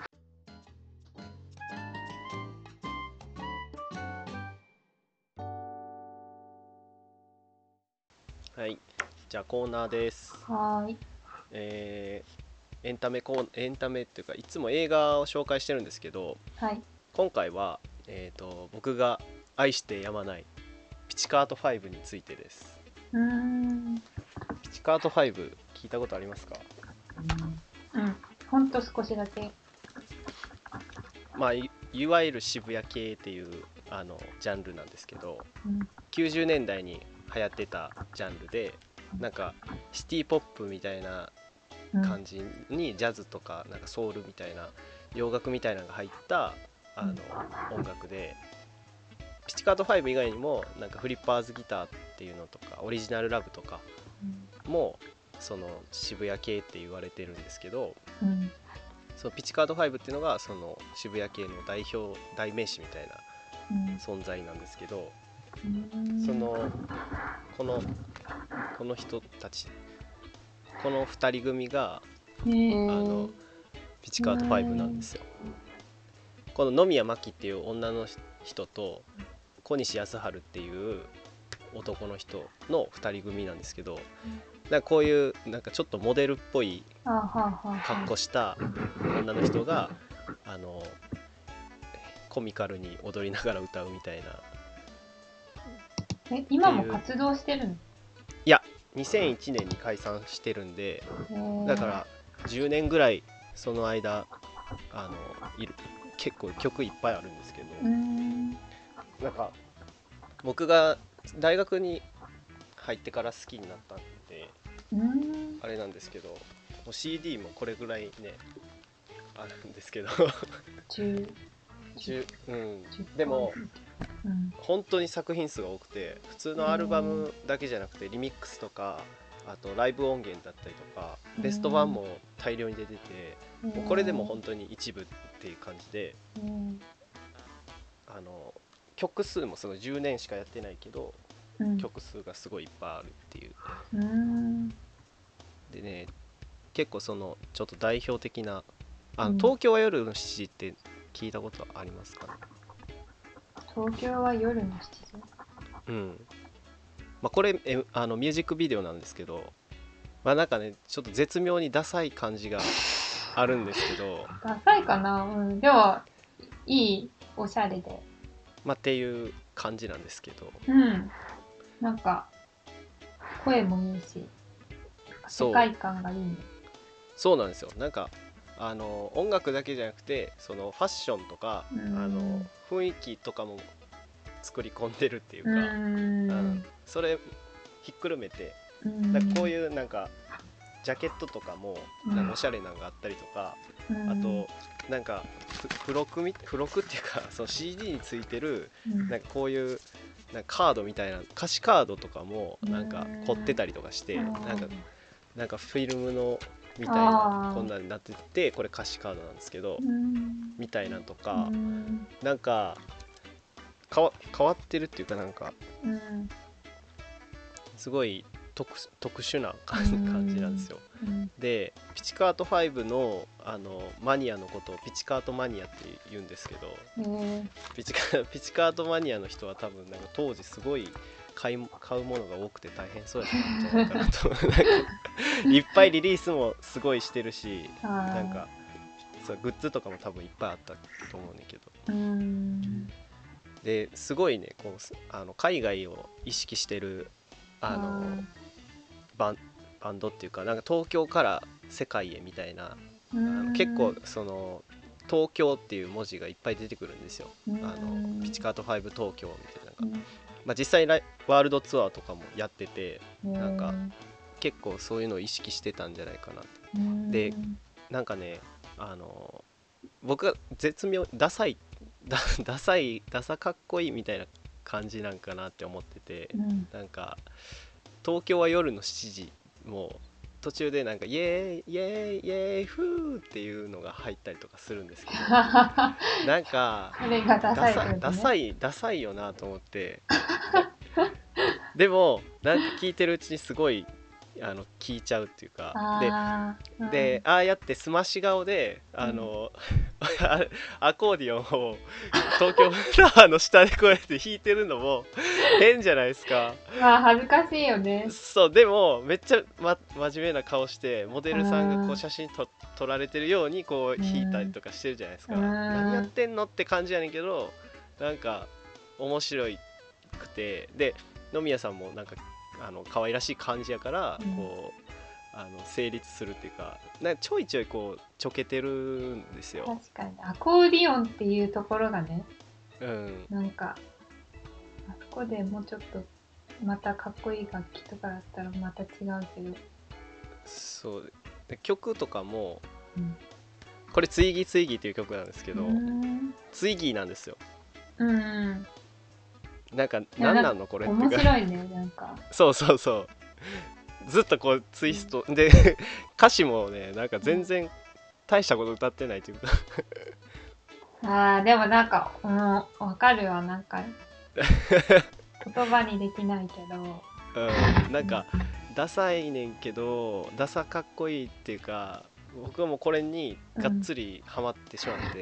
はい、じゃあコーナーです。エンタメっていうかいつも映画を紹介してるんですけど、今回は僕が愛してやまないピチカート5についてです。ピチカート5聞いたことありますか？ ほんと少しだけ。 まあ いわゆる渋谷系っていうジャンルなんですけど、90年代に流行ってたジャンルで、なんかシティポップみたいな感じにジャズとかなんかソウルみたいな洋楽みたいなのが入った音楽で、ピチカート5以外にもなんかフリッパーズギターっていうのとかオリジナルラブとかもその渋谷系って言われてるんですけど、そのピチカート5っていうのがその渋谷系の代名詞みたいな存在なんですけど、この人たち、この2人組がピチカート5なんですよ。この野宮真貴っていう女の人と小西康晴っていう男の人の2人組なんですけど、なんかこういうなんかちょっとモデルっぽい格好した女の人がコミカルに踊りながら歌うみたいな。 今も活動してるの？ いや、2001年に解散してるんで、だから10年ぐらいその間結構曲いっぱいあるんですけど、なんか僕が大学に入ってから好きになったんであれなんですけど、もう CD もこれぐらいねあるんですけどでも本当に作品数が多くて、普通のアルバムだけじゃなくてリミックスとか、あとライブ音源だったりとかベスト版も大量に出てて、もうこれでも本当に一部っていう感じで、曲数もその10年しかやってないけど、曲数がすごいいっぱいあるっていう。でね、結構そのちょっと代表的な東京は夜の7時って聞いたことありますかね？ 東京は夜の7時。 これミュージックビデオなんですけど、なんかねちょっと絶妙にダサい感じがあるんですけど、 ダサいかな。でもいい、おしゃれでっていう感じなんですけど、 なんか声もいいし世界観がいいね。 そうなんですよ。なんか音楽だけじゃなくてそのファッションとか雰囲気とかも作り込んでるっていうか、それひっくるめて、こういうなんかジャケットとかもなんかおしゃれなのがあったりとか、あとなんか付録っていうかその CD についてるなんかこういうなんかカードみたいな歌詞カードとかもなんか凝ってたりとかして、なんかフィルムのみたいなこんなになってて、これ歌詞カードなんですけどみたいなとか、なんか変わってるっていうか、なんかすごい特殊な感じなんですよ。でピチカート5のマニアのことをピチカートマニアって言うんですけど、ピチカートマニアの人は多分なんか当時すごい買うものが多くて大変そうやったんじゃないかなといっぱいリリースもすごいしてるし、なんかそうグッズとかも多分いっぱいあったと思うんだけど、ですごいねこう海外を意識してるバンドっていうか、なんか東京から世界へみたいな、結構その東京っていう文字がいっぱい出てくるんですよ。ピチカート5東京みたいな、実際ワールドツアーとかもやってて、なんか結構そういうのを意識してたんじゃないかなと。でなんかね僕が絶妙ダサかっこいいみたいな感じなんかなって思ってて、なんか東京は夜の7時も途中でなんかイエーイイエーイイエーイフーっていうのが入ったりとかするんですけどなんかダサいよなと思ってでもなんか聞いてるうちにすごい聞いちゃうっていうか、でああやってすまし顔でアコーディオンを東京タワーの下でこうやって弾いてるのも変じゃないですか。 恥ずかしいよね。 そう、でもめっちゃ、真面目な顔してモデルさんがこう写真撮られてるようにこう弾いたりとかしてるじゃないですか。何やってんのって感じやねんけど、 なんか面白くて、で野宮さんもなんか可愛らしい感じやから、こう成立するっていうか、ちょいちょいこうちょけてるんですよ。 確かにアコーディオンっていうところがね、なんかあそこでもうちょっとまたかっこいい楽器とかだったらまた違うけど、 そうで曲とかも、これ「ツイギーツイギー」っていう曲なんですけど、ツイギーなんですよ。なんか何なのこれって面白いね、なんかそうそうそう、ずっとこうツイストで歌詞もね、なんか全然大したこと歌ってないというかでもなんかわかるわ、なんか言葉にできないけど、 なんかダサいねんけどダサかっこいいっていうか、僕はもうこれにがっつりハマってしまって、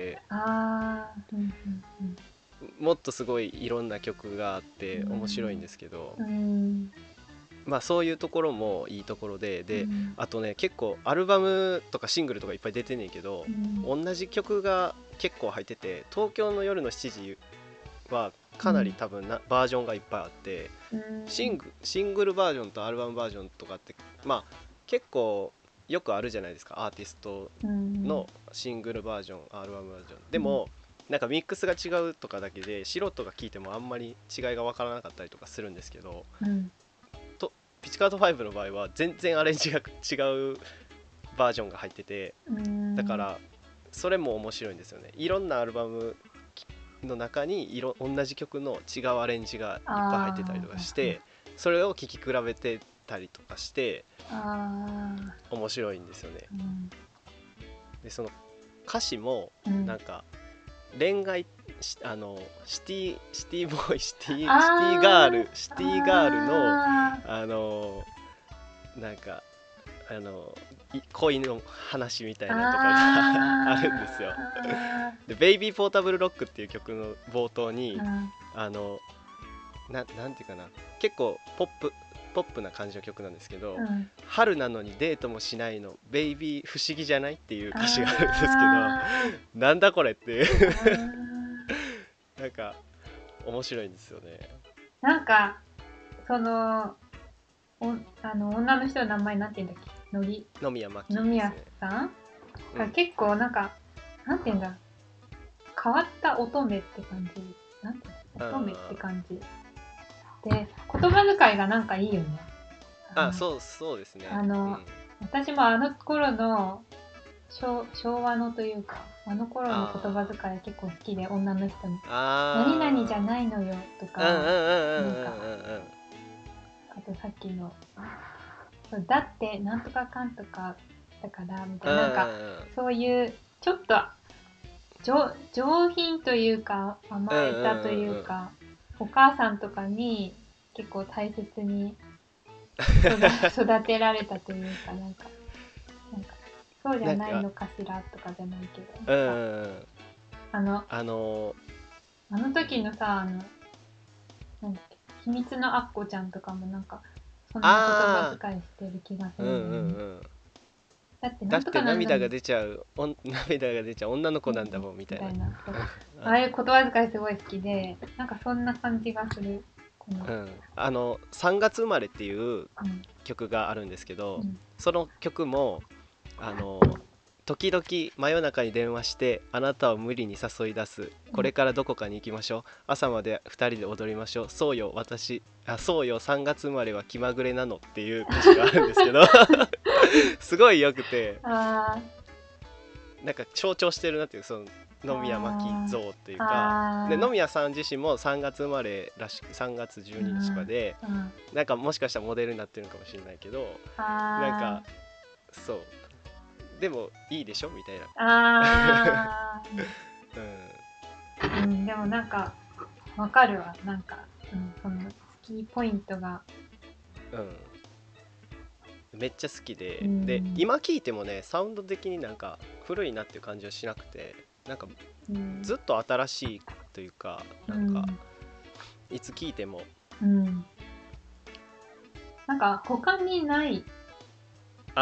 もっとすごいいろんな曲があって面白いんですけど、まあそういうところもいいところで、あとね、結構アルバムとかシングルとかいっぱい出てんねんけど、同じ曲が結構入ってて、東京の夜の7時はかなり多分バージョンがいっぱいあって、シングルバージョンとアルバムバージョンとかってまあ結構よくあるじゃないですか、アーティストのシングルバージョン、アルバムバージョンでも、なんかミックスが違うとかだけで素人が聞いてもあんまり違いが分からなかったりとかするんですけど、ピチカート5の場合は全然アレンジが違うバージョンが入ってて、だからそれも面白いんですよね。いろんなアルバムの中に同じ曲の違うアレンジがいっぱい入ってたりとかして、それを聴き比べてたりとかして面白いんですよね。でその歌詞もなんか恋愛シティボーイシティガールのなんか恋の話みたいなとかがあるんですよ。でベイビーポータブルロックっていう曲の冒頭になんていうかな、結構ポップな感じの曲なんですけど、春なのにデートもしないのベイビー不思議じゃないっていう歌詞があるんですけど、なんだこれってなんか面白いんですよね。 なんかその女の人の名前なんて言うんだっけ、 野宮真貴野宮さんが結構なんか、なんて言うんだ、変わった乙女って感じ、なんていうの、乙女って感じで、言葉遣いがなんかいいよね。 そうですね。 私もあの頃の昭和のというか、あの頃の言葉遣い結構好きで、女の人に何々じゃないのよとか、あとさっきのだってなんとかかんとかだからみたいな、なんかそういうちょっと上品というか甘えたというか、お母さんとかに結構大切に育てられたというか、なんかそうじゃないのかしらとかじゃないけど、あの時のさ、なんだっけ、秘密のアッコちゃんとかもなんかそんな言葉遣いしてる気がするんだよね。だって涙が出ちゃう女の子なんだもんみたいなああいう言葉遣いすごい好きで、なんかそんな感じがする。 3月生まれっていう曲があるんですけど、その曲も時々真夜中に電話してあなたを無理に誘い出す、これからどこかに行きましょう、朝まで2人で踊りましょう、そうよ3月生まれは気まぐれなのっていう歌詞があるんですけどすごいよくて、なんか象徴してるなっていう、その野宮真貴像っていうか、で野宮さん自身も3月生まれらしく3月12日とかで、なんかもしかしたらモデルになってるのかもしれないけど、なんかそうでもいいでしょみたいなでもなんかわかるわ、なんか、その好きポイントがめっちゃ好きで、で今聴いてもね、サウンド的になんか古いなっていう感じはしなくて、なんかずっと新しいというか、なんかいつ聴いてもなんか他にない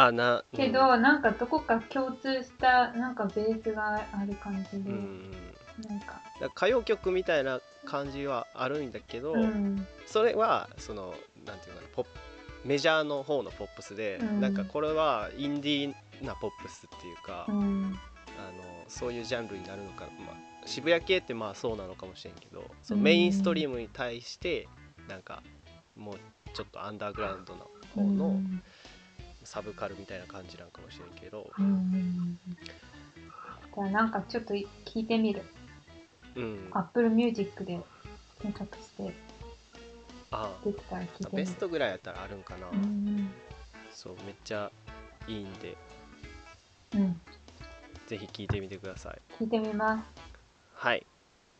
けど、なんかどこか共通したなんかベースがある感じで、 なんか歌謡曲みたいな感じはあるんだけど、それはそのなんていうかな、メジャーの方のポップスで、なんかこれはインディーなポップスっていうか、そういうジャンルになるのか、渋谷系ってまあそうなのかもしれんけど、そのメインストリームに対してなんかもうちょっとアンダーグラウンドの方のサブカルみたいな感じなんかもしれんけど、 じゃあなんかちょっと聞いてみる。Apple Music で検索して出てたら聞いてみる。 ベストぐらいやったらあるんかな。そう、めっちゃいいんで、ぜひ聞いてみてください。 聞いてみます。 はい。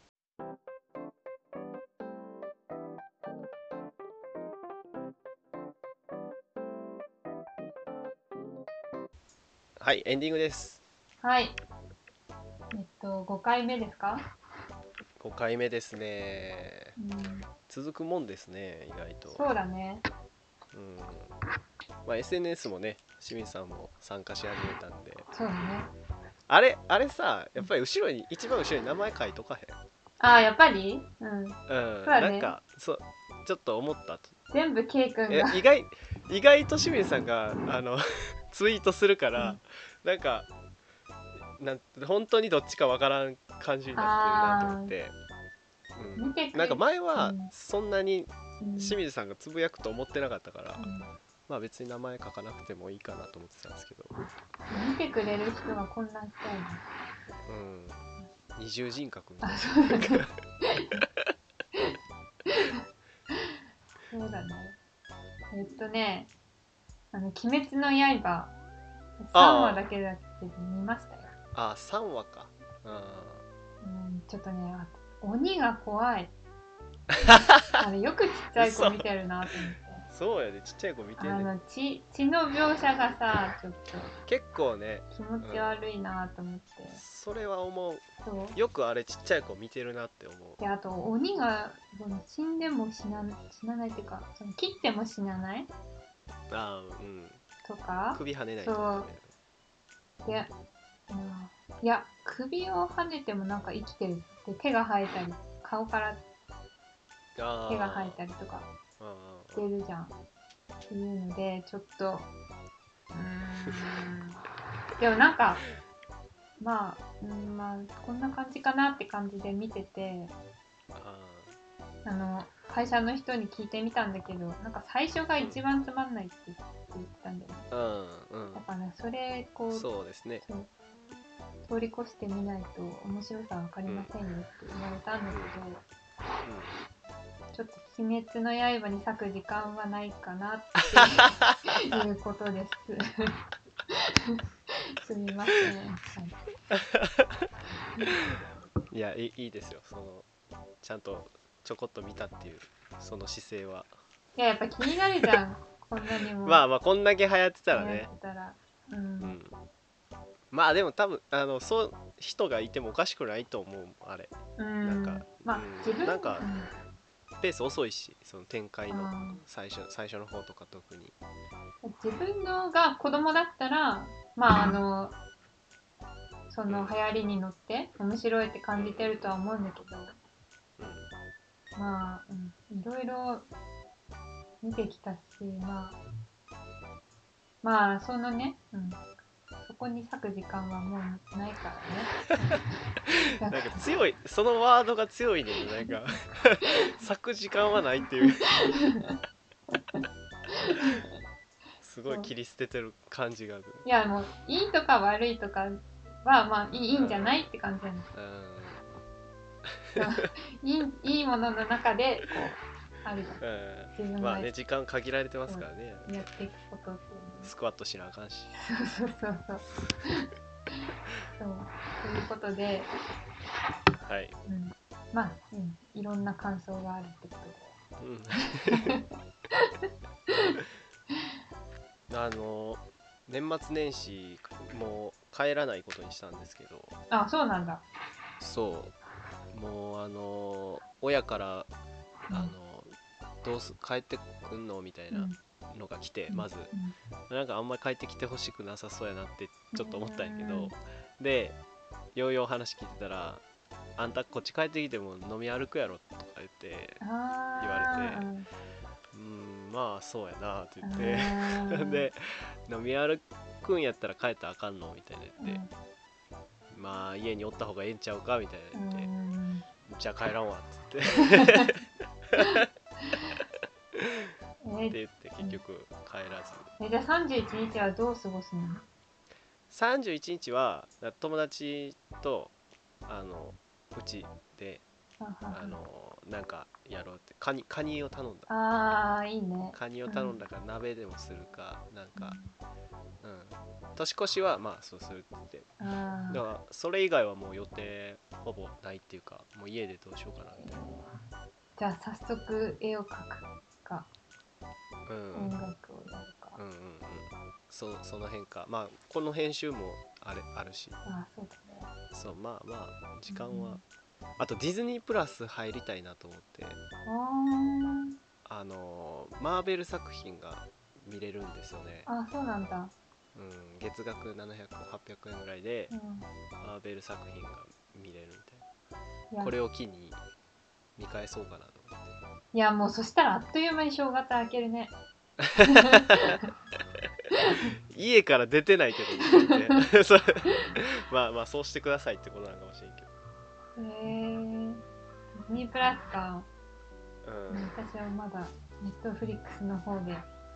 はい、エンディングです。 はい。5回目ですか ？5回目ですね。続くもんですね、意外と。 そうだね。 SNS もね、清水さんも参加し始めたんで。 そうだね。 あれさ、やっぱり一番後ろに名前書いとかへん？ やっぱり？ そうだね。なんかちょっと思った。 全部 K 君が意外と清水さんがツイートするから、なんか本当にどっちかわからん感じになってるなと思って、なんか前はそんなに清水さんがつぶやくと思ってなかったから、まあ別に名前書かなくてもいいかなと思ってたんですけど、 見てくれる人がこんな人二重人格みたいな。 そうだね。鬼滅の刃3話だけだけど見ましたよ。 3話か。 ちょっとね、鬼が怖い。あれよくちっちゃい子見てるなと思って。 そうやで、ちっちゃい子見てるね。 血の描写がさ、ちょっと結構ね気持ち悪いなと思って。 それは思う。よくあれちっちゃい子見てるなって思う。 で、あと鬼が死んでも死なないっていうか、切っても死なないとか、 首跳ねないとか。で、いや、首を跳ねてもなんか生きてる。で、手が生えたり、顔から手が生えたりとかしてるじゃん。っていうので、ちょっとでもなんかまあこんな感じかなって感じで見てて、会社の人に聞いてみたんだけど、なんか最初が一番つまんないって言ってたんだよね。だからそれそうですね。 通り越してみないと面白さは分かりませんよって言われたんだけど、ちょっと鬼滅の刃に割く時間はないかなっていうことです。すみません。 いや、いいですよ。ちゃんとちょこっと見たっていうその姿勢は。 いや、やっぱ気になるじゃん。こんなにも。 まあこんだけ流行ってたらね。まあでも多分そう人がいてもおかしくないと思う、あれ。なんかなんかペース遅いし、その展開の最初の方とか特に。 自分のが子供だったらその流行りに乗って面白いって感じてるとは思うんだけど、いろいろ見てきたし、そのね、そこに割く時間はもうないからね。 なんか強い、そのワードが強いね。なんか割く時間はないっていうすごい切り捨ててる感じがある。 いや、もういいとか悪いとかはいいんじゃないって感じなんです。いいものの中であるじゃん。 まあね、時間限られてますからね。 やっていくことっていうの。 スクワットしなあかんし。 そう。ということで、 はい。 いろんな感想があるってことで。 年末年始もう帰らないことにしたんですけど。 そうなんだ。 そう、もう親からどう帰ってくんのみたいなのが来て、まずなんかあんまり帰ってきてほしくなさそうやなってちょっと思ったんやけど、でようよう話聞いてたらあんたこっち帰ってきても飲み歩くやろとか言われて、まあそうやなって言ってで飲み歩くんやったら帰ったらあかんのみたいな言って、まあ家におった方がええんちゃうかみたいな言って、じゃあ帰らんわっつってって言って結局帰らず。 じゃあ31日はどう過ごすの ？31日は友達とうちでなんかやろうってカニを頼んだ。 ああいいね。 カニを頼んだから鍋でもするかなんか、年越しはまあそうするって言って、だからそれ以外はもう予定ほぼないっていうか、もう家でどうしようかなみたいな。 じゃあ早速絵を描くか、音楽をやるか。 その辺か。まあこの編集もあるし。 そうだね。 そうまあ時間は、あとディズニープラス入りたいなと思って、マーベル作品が見れるんですよね。 そうなんだ。 月額700、800円ぐらいで、マーベル作品が見れるみたいな。これを機に見返そうかなと思って。 いやもうそしたらあっという間に正月明けるね。 家から出てないけどねまあそうしてくださいってことなのかもしれんけど。 ディズニープラスか。私はまだネットフリックスの方で、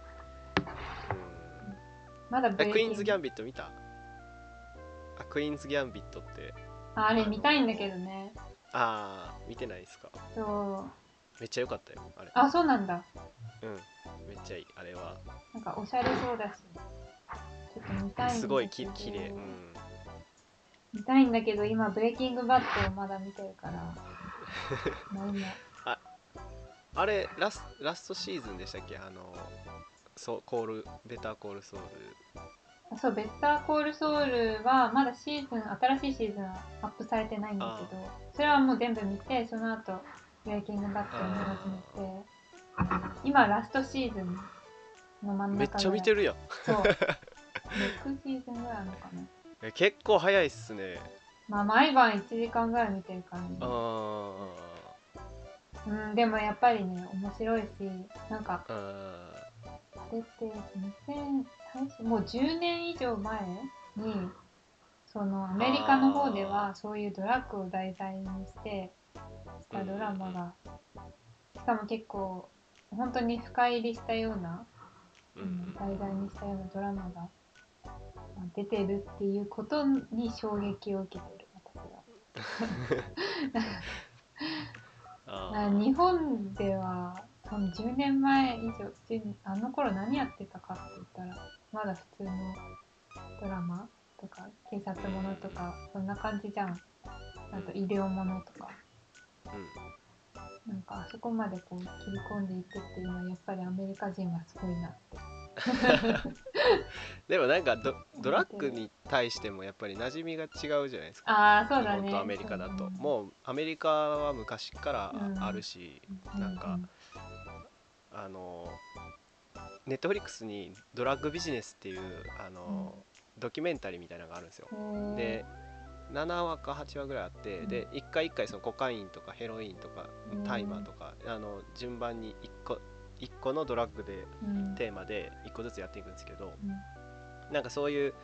まだクイーンズギャンビット見た？クイーンズギャンビットってあれ見たいんだけどね。 見てないですか？ そうめっちゃ良かったよあれ。 そうなんだ。 めっちゃいいあれは。 なんかおしゃれそうだしちょっと見たいんだけど、 すごい綺麗。 見たいんだけど今ブレイキングバットをまだ見てるからあれラストシーズンでしたっけ？ベターコールソウル。 そう、ベッターコールソウルはまだ新しいシーズンはアップされてないんだけど、それはもう全部見て、その後ブレイキングバットを見始めて、今ラストシーズンの真ん中ぐらい。 めっちゃ見てるやん。 そう6シーズンぐらいあるのかな。 結構早いっすね。 まあ毎晩1時間ぐらい見てるからね。でもやっぱりね面白いし、なんかあれってもう10年以上前にそのアメリカの方ではそういうドラッグを題材にしたドラマが、しかも結構本当に深入りしたような、題材にしたようなドラマが出てるっていうことに衝撃を受けてる私は。日本ではその10年前以上あの頃何やってたかって言ったらまだ普通のドラマとか警察ものとかそんな感じじゃん。あと医療ものとか、なんかあそこまでこう切り込んでいくっていうのはやっぱりアメリカ人はすごいなってでもなんかドラッグに対してもやっぱり馴染みが違うじゃないですか。 そうだね。 日本とアメリカだと、もうアメリカは昔からあるし、なんかネットフリックスにドラッグビジネスっていうドキュメンタリーみたいなのがあるんですよ。で7話か8話ぐらいあって、で一回そのコカインとかヘロインとか大麻とか順番に1個のドラッグでテーマで1個ずつやっていくんですけど、なんかそういう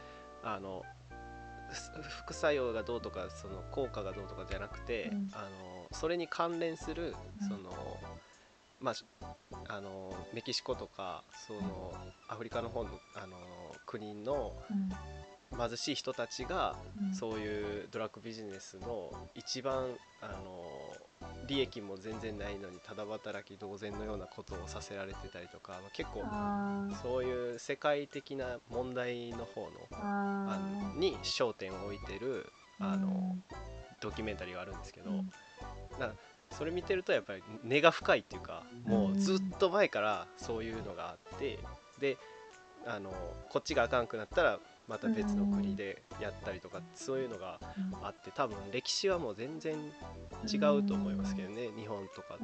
副作用がどうとかその効果がどうとかじゃなくて、それに関連するそのメキシコとかそのアフリカの方の国の貧しい人たちがそういうドラッグビジネスの一番利益も全然ないのにただ働き同然のようなことをさせられてたりとか、結構そういう世界的な問題の方のに焦点を置いてるドキュメンタリーがあるんですけど、それ見てるとやっぱり根が深いっていうか、もうずっと前からそういうのがあって、でこっちがあかんくなったらまた別の国でやったりとか、そういうのがあって、多分歴史はもう全然違うと思いますけどね、日本とか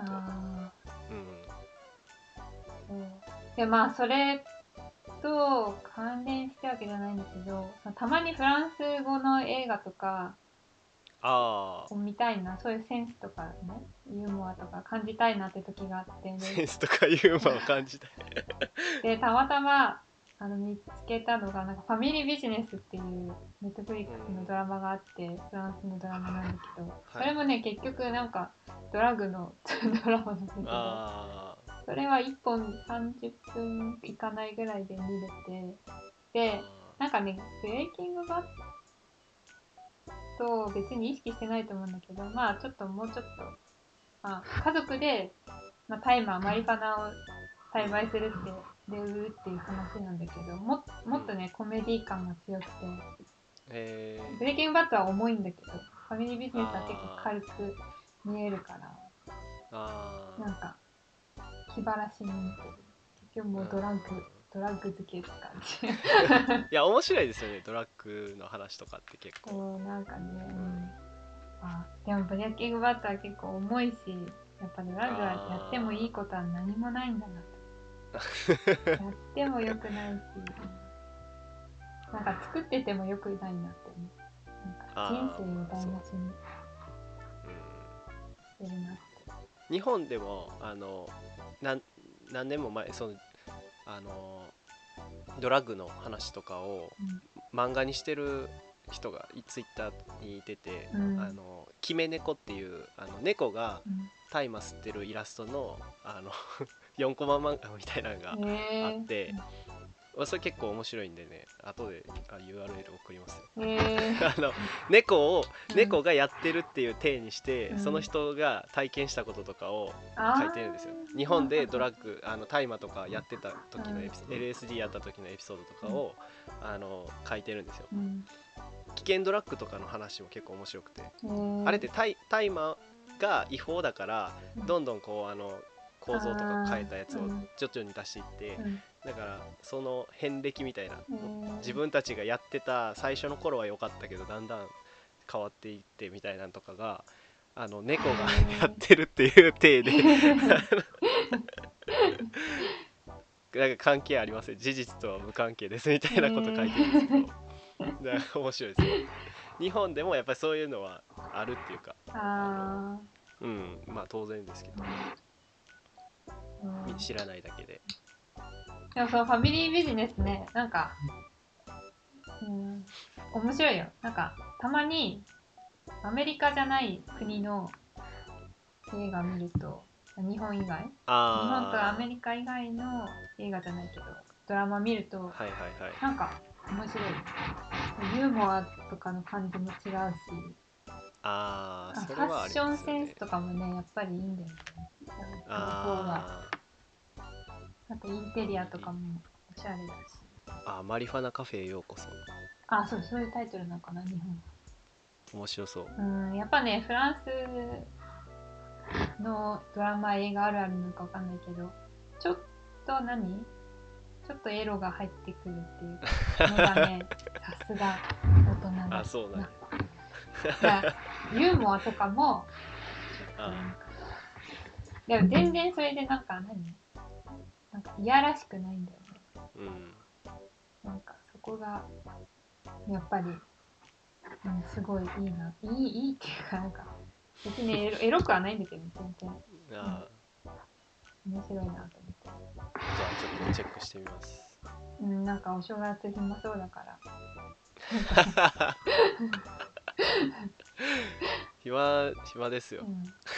と。 でまあそれと関連してるわけじゃないんだけど、たまにフランス語の映画とかあを見たいな、そういうセンスとかね、ユーモアとか感じたいなって時があって、 センスとかユーモアを感じたいでたまたま見つけたのがなんかファミリービジネスっていうネットフリックスのドラマがあって、フランスのドラマなんだけど、それもね結局なんかドラッグのドラマなんだけど、それは1本30分いかないぐらいで見れて、でなんかねブレイキングバッド別に意識してないと思うんだけど、まあちょっともうちょっと、まあ、家族で、まあ、大麻マリファナを栽培するってで売るっていう話なんだけど、もっとねコメディ感が強くて、ブレイキングバッドは重いんだけど、ファミリービジネスは結構軽く見えるから、なんか気晴らしに見てる。結局もうドラッグ漬けって感じいや面白いですよね、ドラッグの話とかって結構。 そうなんかね、でもブレイキングバッドは結構重いし、やっぱドラッグはやってもいいことは何もないんだなとやってもよくないし、なんか作っててもよくないなって思う。なんか人生を台無しにしてるなって。 日本でも何年も前ドラッグの話とかを漫画にしてる人がツイッターにいてて、キメ猫っていう猫が大麻吸ってるイラストの4コマ漫画みたいなのがあって、それ結構面白いんでね、後でURL 送りますよ猫がやってるっていう体にして、その人が体験したこととかを書いてるんですよ。日本でドラッグ大麻とかやってた時のLSD やった時のエピソードとかを書いてるんですよ。危険ドラッグとかの話も結構面白くて、あれって大麻が違法だからどんどんこう構造とか変えたやつを徐々に出していって、だからその遍歴みたいな、自分たちがやってた最初の頃は良かったけどだんだん変わっていってみたいなのとかが猫がやってるっていう体でなんか関係ありません、事実とは無関係ですみたいなこと書いてるんですけど、だから面白いですよ。日本でもやっぱりそういうのはあるっていうか、まあ当然ですけど、知らないだけで。 でもそのファミリービジネスね、なんか面白いよ。なんかたまにアメリカじゃない国の映画見ると、日本以外、日本とアメリカ以外の映画じゃないけどドラマ見ると、なんか面白い。ユーモアとかの感じも違うし、 それはありますよね。 ファッションセンスとかもねやっぱりいいんだよね。あとインテリアとかもおしゃれだし。 マリファナカフェへようこそ。 そういうタイトルなのかな、日本は。 面白そう。 やっぱねフランスのドラマ映画あるあるなのかわかんないけど、ちょっとエロが入ってくるっていうのがねさすが大人だ。 そうなんや。 ユーモアとかもでも全然それでなんかいやらしくないんだよね。なんかそこがやっぱり、すごいいいな、いいっていうか、なんか別にエロくはないんだけど全然、面白いなと思って。じゃあちょっとチェックしてみます。 なんかお正月暇そうだから暇ですよ。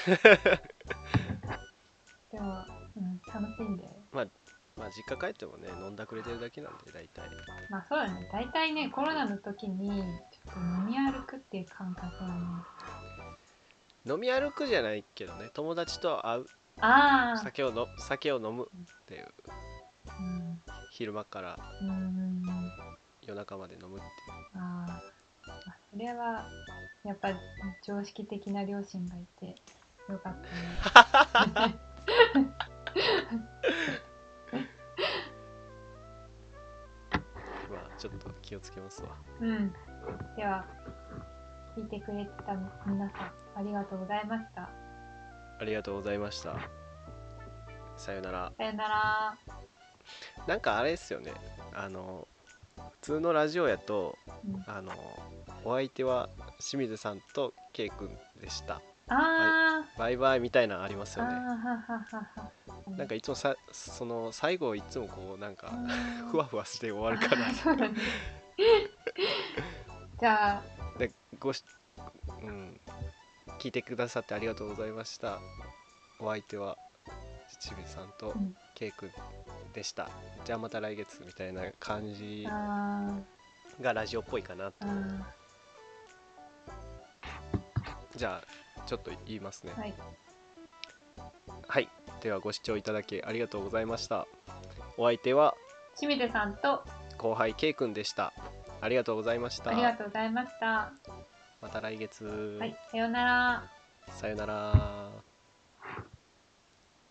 でも、楽しんで。 まあ実家帰ってもね飲んだくれてるだけなんで大体。 まあそうだね、大体ねコロナの時にちょっと飲み歩くっていう感覚はね。 飲み歩くじゃないけどね、友達と会う、酒を飲むっていう、昼間から夜中まで飲むっていう。 それはやっぱ常識的な両親がいてよかったねまあちょっと気をつけますわ。 では聞いてくれてた皆さんありがとうございました。 ありがとうございました。さよなら。 さよなら。 なんかあれですよね、 普通のラジオやと、 うん、 お相手は清水さんと K 君でした。 あバイバイみたいなのありますあ、 よね。 ははは。 なんかいつもその最後いつもこうなんかふふわふわして終わるから。 そうだね。じゃあ、 でうん、聞いてくださってありがとうございました。お相手は清水さんと K 君でした。じゃあまた来月みたいな感じがラジオっぽいかなと。じゃあちょっと言いますね。はい、ではご視聴いただきありがとうございました。お相手は清水さんと後輩 K 君でした。ありがとうございました。 ありがとうございました。 また来月。 はい、さようなら。 さよなら。